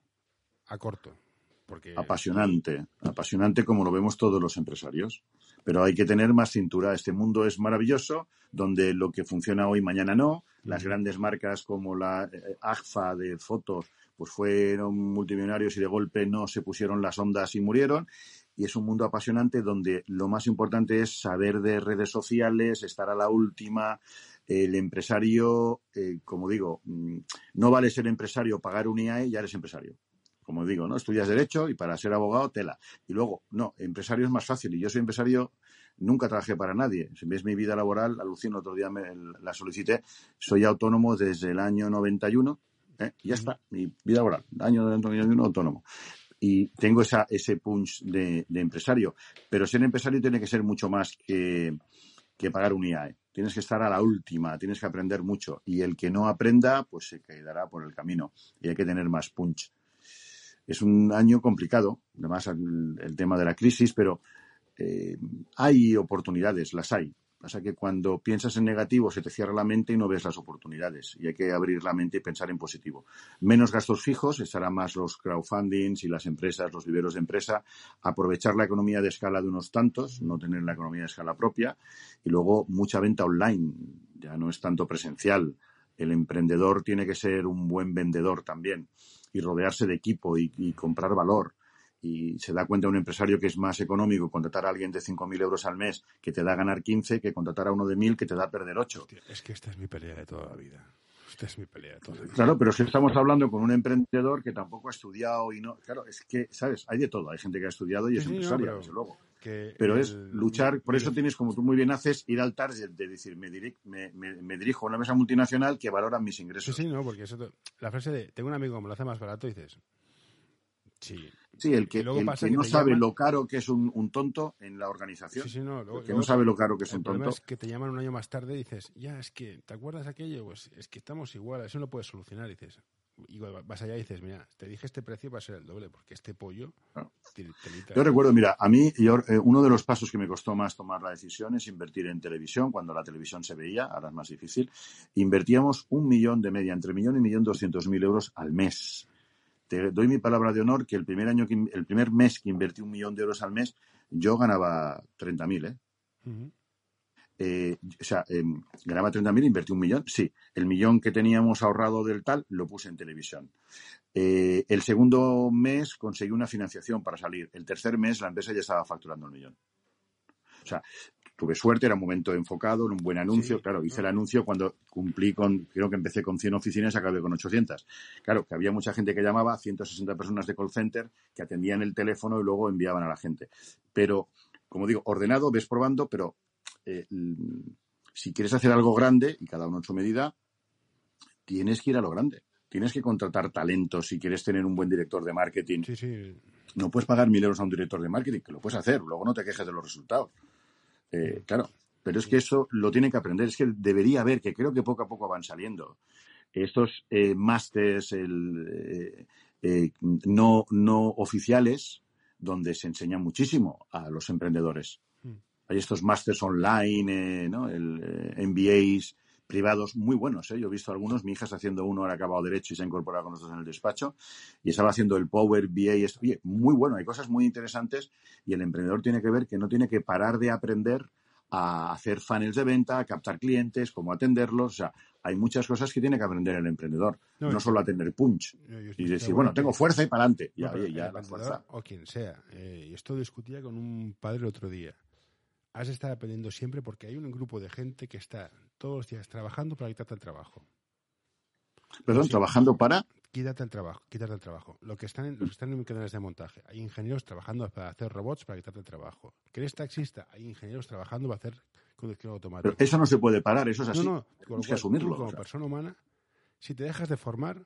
A corto. Porque... Apasionante. Apasionante como lo vemos todos los empresarios. Pero hay que tener más cintura. Este mundo es maravilloso, donde lo que funciona hoy, mañana no. Las grandes marcas como la eh, Agfa de fotos, pues fueron multimillonarios y de golpe no se pusieron las ondas y murieron. Y es un mundo apasionante donde lo más importante es saber de redes sociales, estar a la última. El empresario, eh, como digo, no vale ser empresario, pagar un I A E y ya eres empresario. como digo, ¿no? Estudias Derecho y para ser abogado, tela. Y luego, no, empresario es más fácil. Y yo soy empresario, nunca trabajé para nadie. Si ves mi vida laboral, alucino, otro día me la solicité. Soy autónomo desde el año noventa y uno, ¿eh? Y ya está, mi vida laboral, año noventa y uno autónomo. Y tengo esa, ese punch de, de empresario. Pero ser empresario tiene que ser mucho más que, que pagar un I A E. Tienes que estar a la última, tienes que aprender mucho. Y el que no aprenda, pues se quedará por el camino. Y hay que tener más punch. Es un año complicado, además el, el tema de la crisis, pero eh, hay oportunidades, las hay. Pasa que cuando piensas en negativo se te cierra la mente y no ves las oportunidades. Y hay que abrir la mente y pensar en positivo. Menos gastos fijos, estarán más los crowdfundings y las empresas, los viveros de empresa. Aprovechar la economía de escala de unos tantos, no tener la economía de escala propia. Y luego mucha venta online, ya no es tanto presencial. El emprendedor tiene que ser un buen vendedor también y rodearse de equipo y, y comprar valor. Y se da cuenta un empresario que es más económico contratar a alguien de cinco mil euros al mes que te da a ganar quince que contratar a uno de mil que te da a perder ocho. Hostia, es que esta es mi pelea de toda la vida. Esta es mi pelea de toda la vida. Claro, pero si estamos hablando con un emprendedor que tampoco ha estudiado y no... Claro, es que, ¿sabes? Hay de todo. Hay gente que ha estudiado y Sí, es sí, empresaria, no, pero desde luego. Que Pero el- es luchar, por mira, eso tienes, como tú muy bien haces, ir al target de decir, me, diri- me, me, me dirijo a una empresa multinacional que valora mis Sí, ingresos. sí, no, porque eso te- la frase de tengo un amigo que me lo hace más barato, dices, sí. Sí, el que, Y luego el pasa que que no te sabe llaman- lo caro que es un, un tonto en la organización. Sí, sí, no. Luego, el que luego no sabe te- lo caro que es el un problema tonto. es que te llaman un año más tarde y dices, ya, es que, ¿te acuerdas aquello? Pues es que estamos igual, eso no lo puedes solucionar. Y dices, y vas allá y dices, mira, te dije este precio va a ser el doble, porque este pollo, Claro. te- telita. Yo recuerdo, mira, a mí yo, eh, uno de los pasos que me costó más tomar la decisión es invertir en televisión, cuando la televisión se veía, ahora es más difícil. Invertíamos un millón de media, entre millón y millón doscientos mil euros al mes. Te doy mi palabra de honor que el primer año que, el primer mes que invertí un millón de euros al mes, yo ganaba treinta mil, ¿eh? Ujú. Eh, o sea, eh, ganaba treinta mil, invertí un millón, sí. El millón que teníamos ahorrado del tal, lo puse en televisión. Eh, el segundo mes conseguí una financiación para salir. El tercer mes la empresa ya estaba facturando el millón. O sea, tuve suerte, era un momento enfocado, un buen anuncio. Sí, claro, hice no. el anuncio cuando cumplí con, creo que empecé con cien oficinas y acabé con ochocientas. Claro, que había mucha gente que llamaba, ciento sesenta personas de call center que atendían el teléfono y luego enviaban a la gente. Pero, como digo, ordenado, ves probando, pero eh, si quieres hacer algo grande, y cada uno en su medida, tienes que ir a lo grande. Tienes que contratar talentos si quieres tener un buen director de marketing. Sí, sí. No puedes pagar mil euros a un director de marketing, que lo puedes hacer, luego no te quejes de los resultados. Eh, claro, pero es que eso lo tienen que aprender, es que debería haber, que creo que poco a poco van saliendo. Estos eh, másters el, eh, eh, no, no oficiales, donde se enseña muchísimo a los emprendedores. Mm. Hay estos másters online, eh, ¿no? El eh, M B As privados muy buenos, ¿eh? Yo he visto algunos, mi hija está haciendo uno, ahora ha acabado Derecho y se ha incorporado con nosotros en el despacho, y estaba haciendo el Power B A, esto. Oye, muy bueno, hay cosas muy interesantes, y el emprendedor tiene que ver que no tiene que parar de aprender a hacer funnels de venta, a captar clientes, cómo atenderlos, o sea, hay muchas cosas que tiene que aprender el emprendedor, No, no, y- solo a tener punch, Yo- yo y estoy decir, seguro bueno, que- tengo fuerza y para adelante, No, ya, pero oye, ya el la emprendedor fuerza. o quien sea. Eh, y esto discutía con un padre el otro día. Has de estar aprendiendo siempre porque hay un grupo de gente que está todos los días trabajando para quitarte el trabajo. Perdón, Sí. trabajando para... Quítate el trabajo, quítate el trabajo. Lo que están en, los que están en canales de montaje. Hay ingenieros trabajando para hacer robots para quitarte el trabajo. ¿Que eres taxista? Hay ingenieros trabajando para hacer conducción automática. Pero eso no se puede parar, eso es así. No, no, con lo Tienes que cual, asumirlo. tú como o sea. persona humana, si te dejas de formar,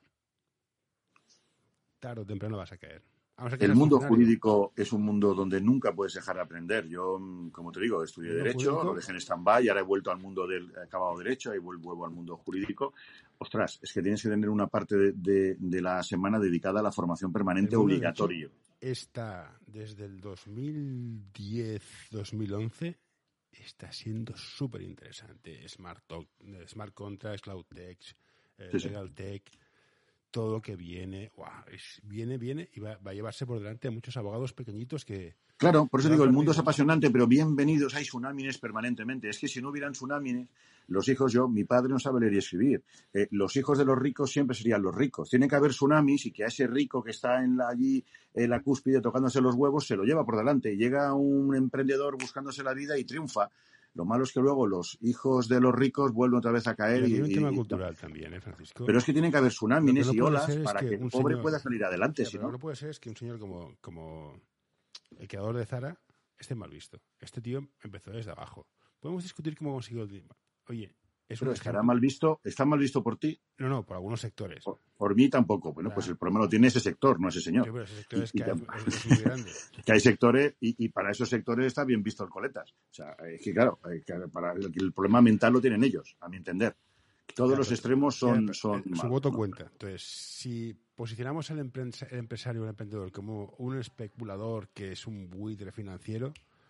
tarde o temprano vas a caer. Vamos a caer El al mundo funcionario. jurídico es un mundo donde nunca puedes dejar de aprender. Yo, mm, como te digo, estudié El mundo Derecho, jurídico- lo dejé en stand-by y ahora he vuelto al mundo del he acabado Derecho y vuelvo al mundo jurídico. Ostras, es que tienes que tener una parte de, de, de la semana dedicada a la formación permanente El mundo del obligatorio. Está desde el dos mil diez dos mil once, está siendo súper interesante. Smart, Talk, Smart Contracts, Cloud Tech, eh, Sí, sí. Legal Tech, todo lo que viene, wow, es, viene, viene y va, va a llevarse por delante a muchos abogados pequeñitos que... Claro, por eso Lo han digo, el mundo es perdido. apasionante, pero bienvenidos, hay tsunámines permanentemente. Es que si no hubieran tsunámines, los hijos, yo, mi padre no sabe leer y escribir. Eh, los hijos de los ricos siempre serían los ricos. Tiene que haber tsunamis y que a ese rico que está en la, allí en la cúspide tocándose los huevos se lo lleva por delante. Y llega un emprendedor buscándose la vida y triunfa. Lo malo es que luego los hijos de los ricos vuelven otra vez a caer. Pero y, hay un y, tema y, cultural no. también, ¿eh, Francisco? Pero es que tienen que haber tsunamis no y olas para es que, que el pobre señor, pueda salir adelante. Ya, si pero no, lo que puede ser es que un señor como, como el creador de Zara esté mal visto. Este tío empezó desde abajo. Podemos discutir cómo consiguió el dinero. Oye, es pero un estará ejemplo. mal visto, ¿está mal visto por ti? No, no, por algunos sectores. Por, por mí tampoco. Bueno, Claro. pues el problema lo tiene ese sector, no ese señor. Sí, pero ese sector es, Y- y que tam- es, es muy grande. que hay sectores, y, y para esos sectores está bien visto el coletas. O sea, es que claro, eh, que para el, el problema mental lo tienen ellos, a mi entender. Todos Ya, los pero- extremos ya, son... pero, son eh, su malos, voto ¿no? cuenta. Entonces, si posicionamos al empresa- el empresario o el emprendedor como un especulador que es un buitre financiero,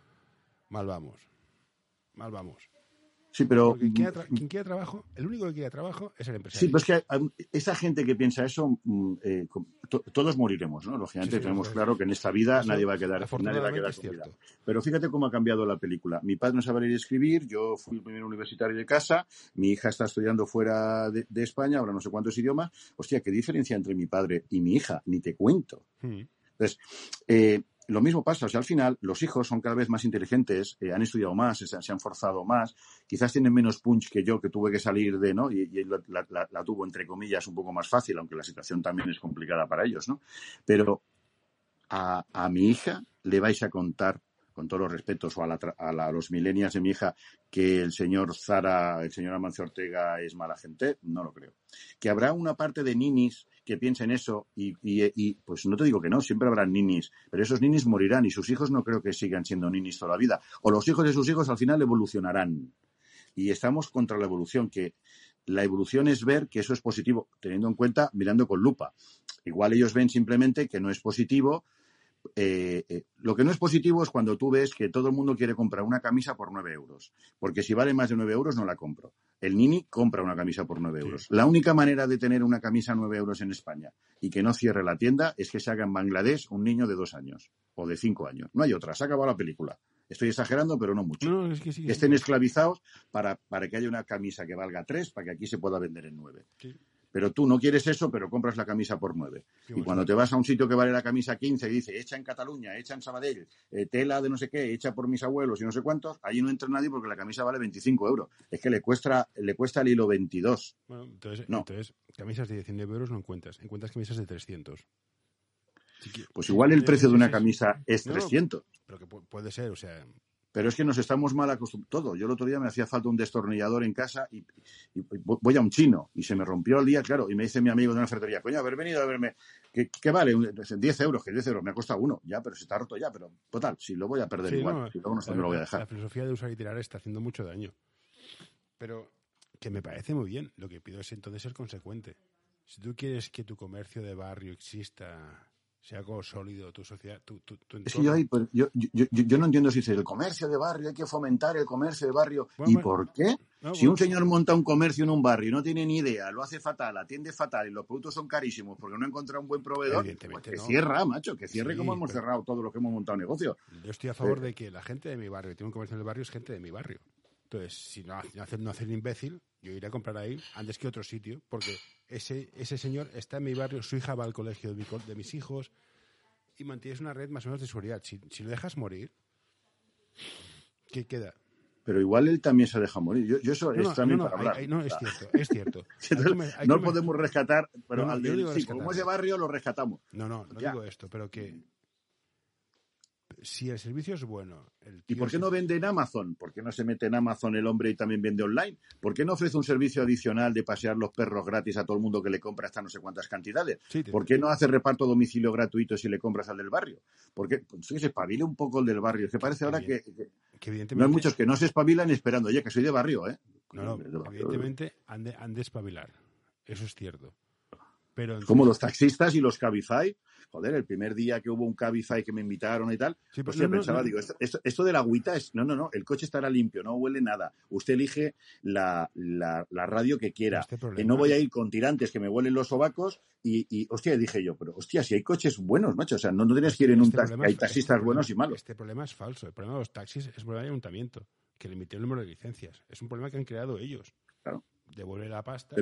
mal vamos. Mal vamos. Sí, pero... Porque quien quiera, tra- quien quiera trabajo, el único que quiere trabajo es el Sí, empresario. pues que um, esa gente que piensa eso, mm, eh, com- to- todos moriremos, ¿no? Lógicamente Sí, sí, tenemos eso es- claro que en esta vida eso, nadie va a quedar, nadie va a afortunadamente, quedar es con vida. cierto. Pero fíjate cómo ha cambiado la película. Mi padre no sabe leer y escribir, yo fui el primer universitario de casa, mi hija está estudiando fuera de, de España, habla no sé cuántos idiomas. Hostia, qué diferencia entre mi padre y mi hija, ni te cuento. Hmm. Entonces, eh, lo mismo pasa, o sea, al final los hijos son cada vez más inteligentes, eh, han estudiado más, se, se han forzado más, quizás tienen menos punch que yo, que tuve que salir de, ¿no? Y, y la, la, la tuvo, entre comillas, un poco más fácil, aunque la situación también es complicada para ellos, ¿no? Pero a, a mi hija le vais a contar, con todos los respetos, o a, la, a, la, a los millennials de mi hija, que el señor Zara, el señor Amancio Ortega es mala gente, no lo creo. Que habrá una parte de ninis que piensen eso y, y, y pues no te digo que no, siempre habrá ninis, pero esos ninis morirán y sus hijos no creo que sigan siendo ninis toda la vida. O los hijos de sus hijos al final evolucionarán. Y estamos contra la evolución, que la evolución es ver que eso es positivo, teniendo en cuenta, mirando con lupa. Igual ellos ven simplemente que no es positivo. Eh, eh, lo que no es positivo es cuando tú ves que todo el mundo quiere comprar una camisa por nueve euros. Porque si vale más de nueve euros no la compro. El nini compra una camisa por nueve euros. Sí. La única manera de tener una camisa a nueve euros en España y que no cierre la tienda es que se haga en Bangladesh un niño de dos años o de cinco años. No hay otra, se ha acabado la película. Estoy exagerando, pero no mucho. No, es que sí, que estén sí. esclavizados para, para que haya una camisa que valga tres, para que aquí se pueda vender en nueve. Sí. Pero tú no quieres eso, pero compras la camisa por nueve. Qué y cuando te vas a un sitio que vale la camisa quince y dice, hecha en Cataluña, hecha en Sabadell, eh, tela de no sé qué, hecha por mis abuelos y no sé cuántos, allí no entra nadie porque la camisa vale veinticinco euros. Es que le cuesta, le cuesta el hilo veintidós. Bueno, entonces, no. entonces camisas de diecinueve euros no encuentras, encuentras camisas de trescientos. Si pues igual el precio de una camisa es trescientos. No, pero que puede ser, o sea... Pero es que nos estamos mal acostumbrados. Todo. Yo el otro día me hacía falta un destornillador en casa y, y, y voy a un chino y se me rompió el día, claro, y me dice mi amigo de una ferretería, coño, haber venido a verme, ¿qué, qué vale? diez euros, que diez euros, me ha costado uno, ya, pero se está roto ya, pero total, si lo voy a perder sí, igual, no, si luego no sé dónde lo voy a dejar. La filosofía de usar y tirar está haciendo mucho daño. Pero que me parece muy bien, lo que pido es entonces ser consecuente. Si tú quieres que tu comercio de barrio exista... sea algo sólido, tu sociedad, tu, tu, tu entorno. Es que yo, ahí, pues, yo, yo, yo, yo no entiendo si dice el comercio de barrio, hay que fomentar el comercio de barrio. Bueno, ¿Y bueno, por qué? No, si bueno. un señor monta un comercio en un barrio y no tiene ni idea, lo hace fatal, atiende fatal y los productos son carísimos porque no ha encontrado un buen proveedor, pues que no. cierra, macho, que cierre sí, como hemos pero... cerrado todos los que hemos montado negocio. Yo estoy a favor eh. de que la gente de mi barrio, que tiene un comercio en el barrio, es gente de mi barrio. Entonces, si no hace, no hace el imbécil, yo iré a comprar ahí antes que otro sitio, porque ese, ese señor está en mi barrio, su hija va al colegio de, mi, de mis hijos... y mantienes una red más o menos de seguridad. Si, si lo dejas morir, ¿qué queda? Pero igual él también se deja morir. Yo, yo eso no, es no, también no, no, para hablar. Hay, hay, no, es cierto, es cierto. Entonces, me, no me... podemos rescatar, pero no, no, al yo del, digo sí, rescatar. como es de barrio, lo rescatamos. No, no, no ya. digo esto, pero que si el servicio es bueno... El ¿Y por qué no vende en Amazon? ¿Por qué no se mete en Amazon el hombre y también vende online? ¿Por qué no ofrece un servicio adicional de pasear los perros gratis a todo el mundo que le compra hasta no sé cuántas cantidades? Sí, ¿Por qué no hace reparto a domicilio gratuito si le compras al del barrio? ¿Por qué? Pues que se espabile un poco el del barrio. Es que parece ahora que, que, que evidentemente... no hay muchos que no se espabilan esperando. Oye, que soy de barrio, ¿eh? No, no, de barrio. Evidentemente han de, han de espabilar. Eso es cierto. Pero entonces... Como los taxistas y los Cabify. Joder, el primer día que hubo un Cabify que me invitaron y tal, sí, pues yo no, pensaba, no, no. digo, esto, esto, esto de la agüita es, no, no, no, el coche estará limpio, no huele nada. Usted elige la, la, la radio que quiera. Este problema, eh, no voy a ir con tirantes que me huelen los sobacos y, y, hostia, dije yo, pero hostia, si hay coches buenos, macho, o sea, no, no tienes que ir en un este taxi, hay taxistas este buenos problema, y malos. Este problema es falso, el problema de los taxis es un problema de ayuntamiento, que limite el número de licencias. Es un problema que han creado ellos. Claro. Devuelve la pasta. Pero,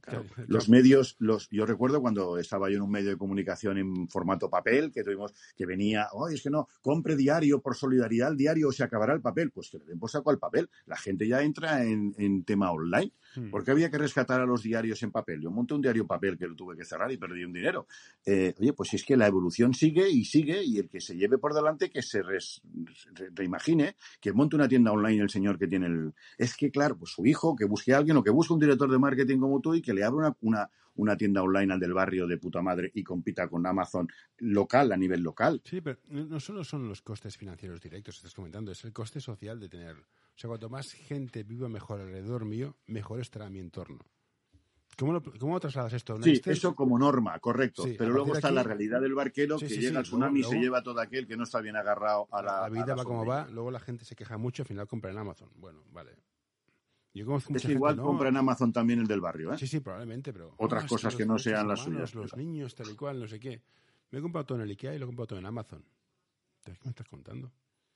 Claro, los medios, los, yo recuerdo cuando estaba yo en un medio de comunicación en formato papel, que tuvimos, que venía, oye, es que no, compre diario por solidaridad el diario o se acabará el papel. Pues que le den por saco al papel. La gente ya entra en, en tema online. Hmm. ¿Por qué había que rescatar a los diarios en papel? Yo monté un diario en papel que lo tuve que cerrar y perdí un dinero. Eh, oye, pues es que la evolución sigue y sigue y el que se lleve por delante que se res, re, reimagine, que monte una tienda online el señor que tiene el... Es que, claro, pues su hijo, que busque a alguien o que busque un director de marketing como tú y que le abra una, una, una tienda online al del barrio de puta madre y compita con Amazon local, a nivel local. Sí, pero no solo son los costes financieros directos que estás comentando, es el coste social de tener... O sea, cuanto más gente viva mejor alrededor mío, mejor estará mi entorno. ¿Cómo lo, cómo trasladas esto? Sí, eso como norma, correcto. Sí, pero luego está aquí, la realidad del barquero, sí, que sí, llega sí, al tsunami luego, y se lleva todo aquel que no está bien agarrado a la... La vida a la va como va, luego la gente se queja mucho, al final compra en Amazon. Bueno, vale. Yo conozco es que igual gente, compra no, en Amazon también el del barrio, ¿eh? Sí, sí, probablemente, pero... Otras no, cosas que, que no sean las humanos, suyas. Los claro. niños, tal y cual, no sé qué. Me he comprado todo en el IKEA y lo he comprado todo en Amazon. ¿Qué me estás contando?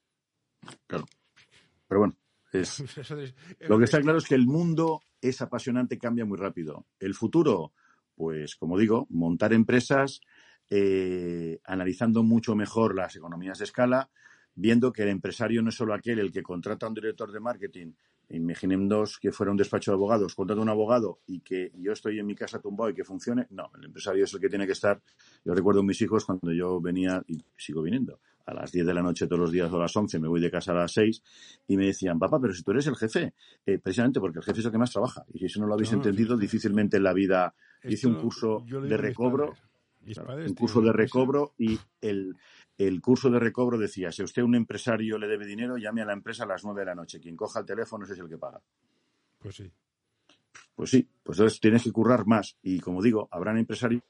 Claro. Pero bueno, es... es, es lo que está claro es que el mundo es apasionante, cambia muy rápido. El futuro, pues, como digo, montar empresas, eh, analizando mucho mejor las economías de escala, viendo que el empresario no es solo aquel el que contrata a un director de marketing. Imaginemos que fuera un despacho de abogados, contrata a un abogado y que yo estoy en mi casa tumbado y que funcione. No, el empresario es el que tiene que estar. Yo recuerdo a mis hijos cuando yo venía, y sigo viniendo, a las diez de la noche todos los días o a las once, me voy de casa a las seis, y me decían, papá, pero si tú eres el jefe, eh, precisamente porque el jefe es el que más trabaja. Y si eso no lo habéis no, entendido, sí, difícilmente en la vida. Hice un curso de recobro. Claro, un curso de recobro y el, el curso de recobro decía, si a usted un empresario le debe dinero, llame a la empresa a las nueve de la noche. Quien coja el teléfono ese es el que paga. Pues sí. Pues sí, pues entonces tienes que currar más. Y como digo, habrán empresarios...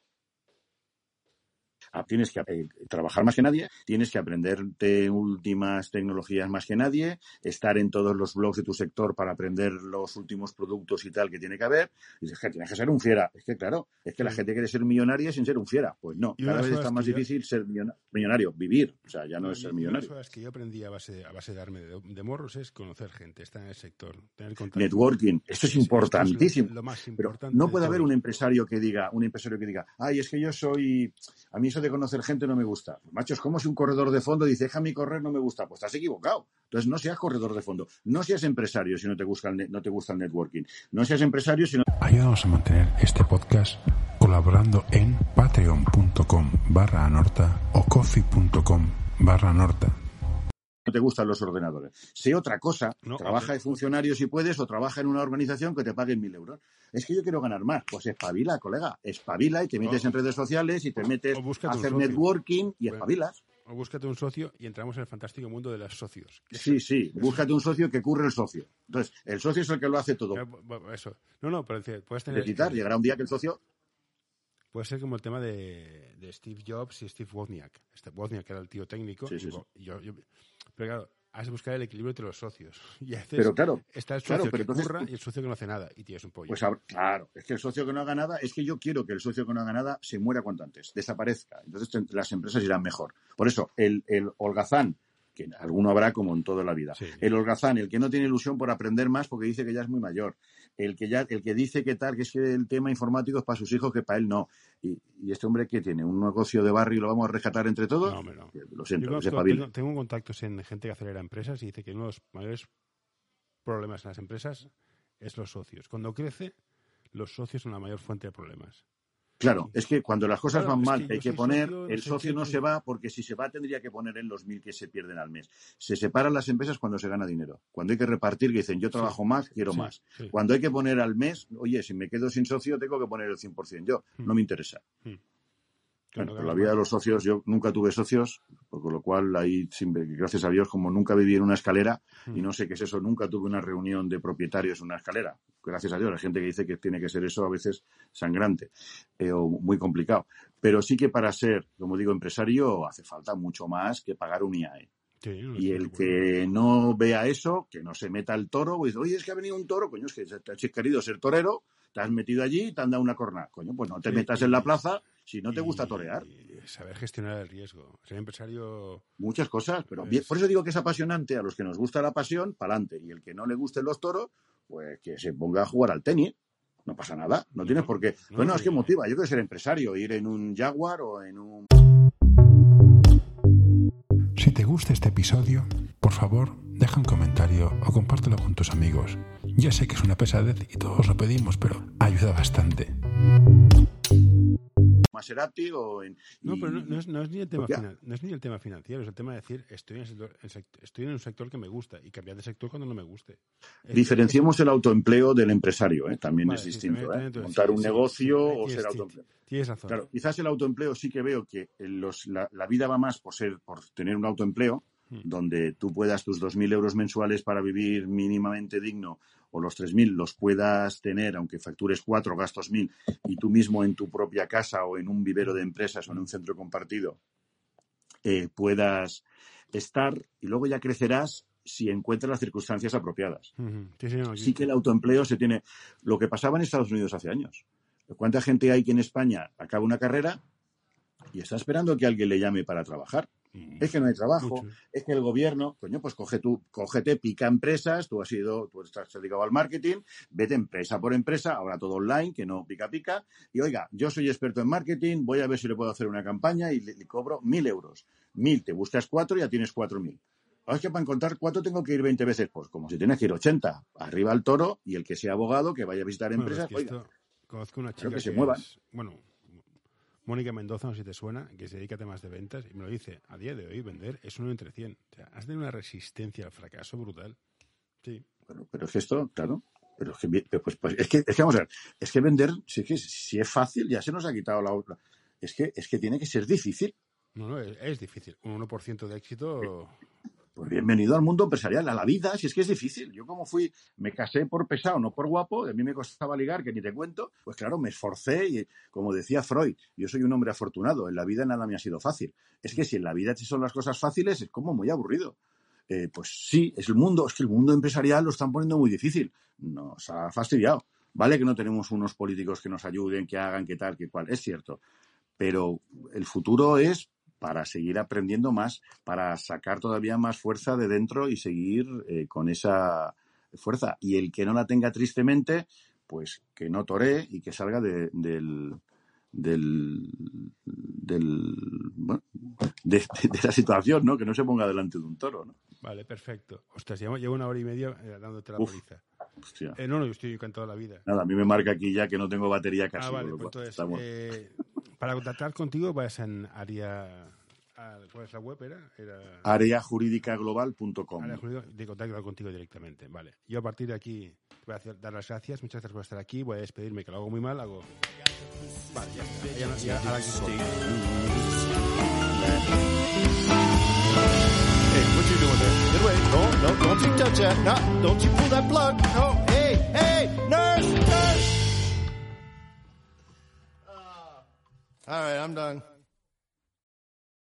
Tienes que eh, trabajar más que nadie, tienes que aprenderte últimas tecnologías más que nadie, estar en todos los blogs de tu sector para aprender los últimos productos y tal que tiene que haber. Y dices que tienes que ser un fiera. Es que claro, es que sí. La gente quiere ser millonaria sin ser un fiera. Pues no, y cada vez está más difícil yo... ser millonario, vivir. O sea, ya no, no es ser millonario. Una de las cosas que yo aprendí a base, a base de darme de, de morros es conocer gente, estar en el sector, tener contacto. Networking, esto es sí, importantísimo. Esto es lo, lo más importante. Pero no puede haber un empresario que diga, un empresario que diga, ay, es que yo soy, a mí eso de conocer gente no me gusta. Pues, macho, es como si un corredor de fondo dice, déjame correr, no me gusta. Pues estás equivocado. Entonces no seas corredor de fondo. No seas empresario si no te gusta el, no te gusta el networking. No seas empresario si no... Ayúdanos a mantener este podcast colaborando en patreon.com barra anorta o coffee.com barra anorta. No te gustan los ordenadores. Sé otra cosa, no, trabaja de funcionario si puedes o trabaja en una organización que te paguen mil euros. Es que yo quiero ganar más. Pues espabila, colega. Espabila y te metes o, en redes sociales y te metes a hacer networking y bueno, espabilas. O búscate un socio y entramos en el fantástico mundo de los socios. Sí, sí. Búscate un socio que curre el socio. Entonces, el socio es el que lo hace todo. Eso. No, no, pero puedes tener... De quitar, llegará un día que el socio... Puede ser como el tema de, de Steve Jobs y Steve Wozniak. Este Wozniak era el tío técnico. Sí, sí, sí. Y yo, yo, pero claro, has de buscar el equilibrio entre los socios. Y haces, pero claro, está el socio claro, pero que entonces, curra y el socio que no hace nada. Y tienes un pollo. Pues claro, es que el socio que no haga nada, es que yo quiero que el socio que no haga nada se muera cuanto antes, desaparezca. Entonces las empresas irán mejor. Por eso, el, el holgazán, que alguno habrá como en toda la vida. Sí. El holgazán, el que no tiene ilusión por aprender más porque dice que ya es muy mayor. El que ya, el que dice que tal, que es que el tema informático es para sus hijos, que para él no. Y, y este hombre que tiene un negocio de barrio y lo vamos a rescatar entre todos. No, no. Lo siento, Yo conozco, tengo, tengo contactos en gente que acelera empresas y dice que uno de los mayores problemas en las empresas es los socios. Cuando crece, los socios son la mayor fuente de problemas. Claro, es que cuando las cosas claro, van mal, que hay que poner, socio, el socio no que... se va, porque si se va tendría que poner en los mil que se pierden al mes. Se separan las empresas cuando se gana dinero. Cuando hay que repartir, que dicen, yo trabajo sí, más, quiero sí, más. Sí. Cuando hay que poner al mes, oye, si me quedo sin socio, tengo que poner el cien por ciento yo. Hmm. No me interesa. Hmm. Bueno, pero la vida de los socios, yo nunca tuve socios, con lo cual ahí, gracias a Dios, como nunca viví en una escalera, mm. y no sé qué es eso, nunca tuve una reunión de propietarios en una escalera. Gracias a Dios, hay gente que dice que tiene que ser eso a veces sangrante eh, o muy complicado. Pero sí que para ser, como digo, empresario, hace falta mucho más que pagar un I A E. Sí, no y el que no vea eso, que no se meta el toro, pues dice, oye, es que ha venido un toro, coño, es que te has querido ser torero, te has metido allí y te han dado una corna. Coño, pues no te sí, metas y, en la plaza si no te gusta torear. Saber gestionar el riesgo. Ser empresario... Muchas cosas, pero es... bien, por eso digo que es apasionante. A los que nos gusta la pasión, para adelante. Y el que no le gusten los toros, pues que se ponga a jugar al tenis. No pasa nada, no tienes por qué. No, Bueno, no, es que no. motiva. Yo quiero ser empresario, ir en un Jaguar o en un... Si te gusta este episodio, por favor, deja un comentario o compártelo con tus amigos. Ya sé que es una pesadez y todos lo pedimos, pero ayuda bastante. Maserati o en... No, y- pero no, no es, no es ni el tema Porque- finan- no es ni el tema financiero, es el tema de decir estoy en, el sector- el sect- estoy en un sector que me gusta y cambiar de sector cuando no me guste. Es- Diferenciemos el autoempleo del empresario, ¿eh? También Vale, es sí, distinto. también- ¿eh? también- Montar sí, un sí, negocio sí, o tienes- ser sí, autoempleo. Tienes razón. Claro, quizás el autoempleo sí que veo que los, la, la vida va más por ser, por tener un autoempleo, Hmm. donde tú puedas tus dos mil euros mensuales para vivir mínimamente digno, o los tres mil los puedas tener, aunque factures cuatro, gastos mil, y tú mismo en tu propia casa o en un vivero de empresas o en un centro compartido eh, puedas estar, y luego ya crecerás si encuentras las circunstancias apropiadas. Ujú. Sí, sí, no, Sí que el autoempleo se tiene... Lo que pasaba en Estados Unidos hace años. ¿Cuánta gente hay que en España acaba una carrera y está esperando que alguien le llame para trabajar? Es que no hay trabajo, Muchos. es que el gobierno, coño, pues coge tú, cógete, pica empresas, tú has sido, tú estás dedicado al marketing, vete empresa por empresa, ahora todo online, que no pica pica, y oiga, yo soy experto en marketing, voy a ver si le puedo hacer una campaña y le, le cobro mil euros. Mil, te buscas cuatro y ya tienes cuatro mil. Ahora es que para encontrar cuatro tengo que ir veinte veces, pues como si tienes que ir ochenta. Arriba al toro y el que sea abogado, que vaya a visitar Bueno, empresas, es que oiga, esto- conozco una chica Claro que que, se muevan. es- bueno, Mónica Mendoza, no sé si te suena, que se dedica a temas de ventas y me lo dice, a día de hoy vender es uno entre cien. O sea, has de tener una resistencia al fracaso brutal. Sí. Pero, pero es que esto, claro, pero es que, vi- pues, pues, es que, es que vamos a ver, es que vender, si es, que, si es fácil, ya se nos ha quitado la otra. Es que, es que tiene que ser difícil. No, no, es, es difícil. Un uno por ciento de éxito... Pues bienvenido al mundo empresarial, a la vida, si es que es difícil. Yo como fui, me casé por pesado, no por guapo, a mí me costaba ligar, que ni te cuento, pues claro, me esforcé y, como decía Freud, yo soy un hombre afortunado, en la vida nada me ha sido fácil. Es que si en la vida son las cosas fáciles, es como muy aburrido. Eh, pues sí, es el mundo, es que el mundo empresarial lo están poniendo muy difícil. Nos ha fastidiado. Vale que no tenemos unos políticos que nos ayuden, que hagan, que tal, que cual, es cierto. Pero el futuro es para seguir aprendiendo más, para sacar todavía más fuerza de dentro y seguir eh, con esa fuerza. Y el que no la tenga tristemente, pues que no toree y que salga de, del... del, del bueno, de, de, de la situación, ¿no? Que no se ponga delante de un toro, ¿no? Vale, perfecto. Ostras, llevo, llevo una hora y media eh, dándote la Uf. paliza. Hostia. Eh, no, no, yo estoy encantado de la vida. Nada, a mí me marca aquí ya que no tengo batería casi. Ah, vale, con lo pues cual entonces, estamos- eh, para contactar contigo vas en área... a- ¿Cuál es la web? Era, era área jurídica global punto com. área jurídica de contacto contigo directamente. Vale. Yo a partir de aquí voy a hacer- dar las gracias. Muchas gracias por estar aquí. Voy a despedirme, que lo hago muy mal. Hago... Vale, ya está. Ya, no- ya, ahora aquí corto. Hey, what you doing there? Get away. No, no, don't you touch that. No, don't you pull that plug. No, hey, hey, nurse, nurse. Uh, all right, I'm done.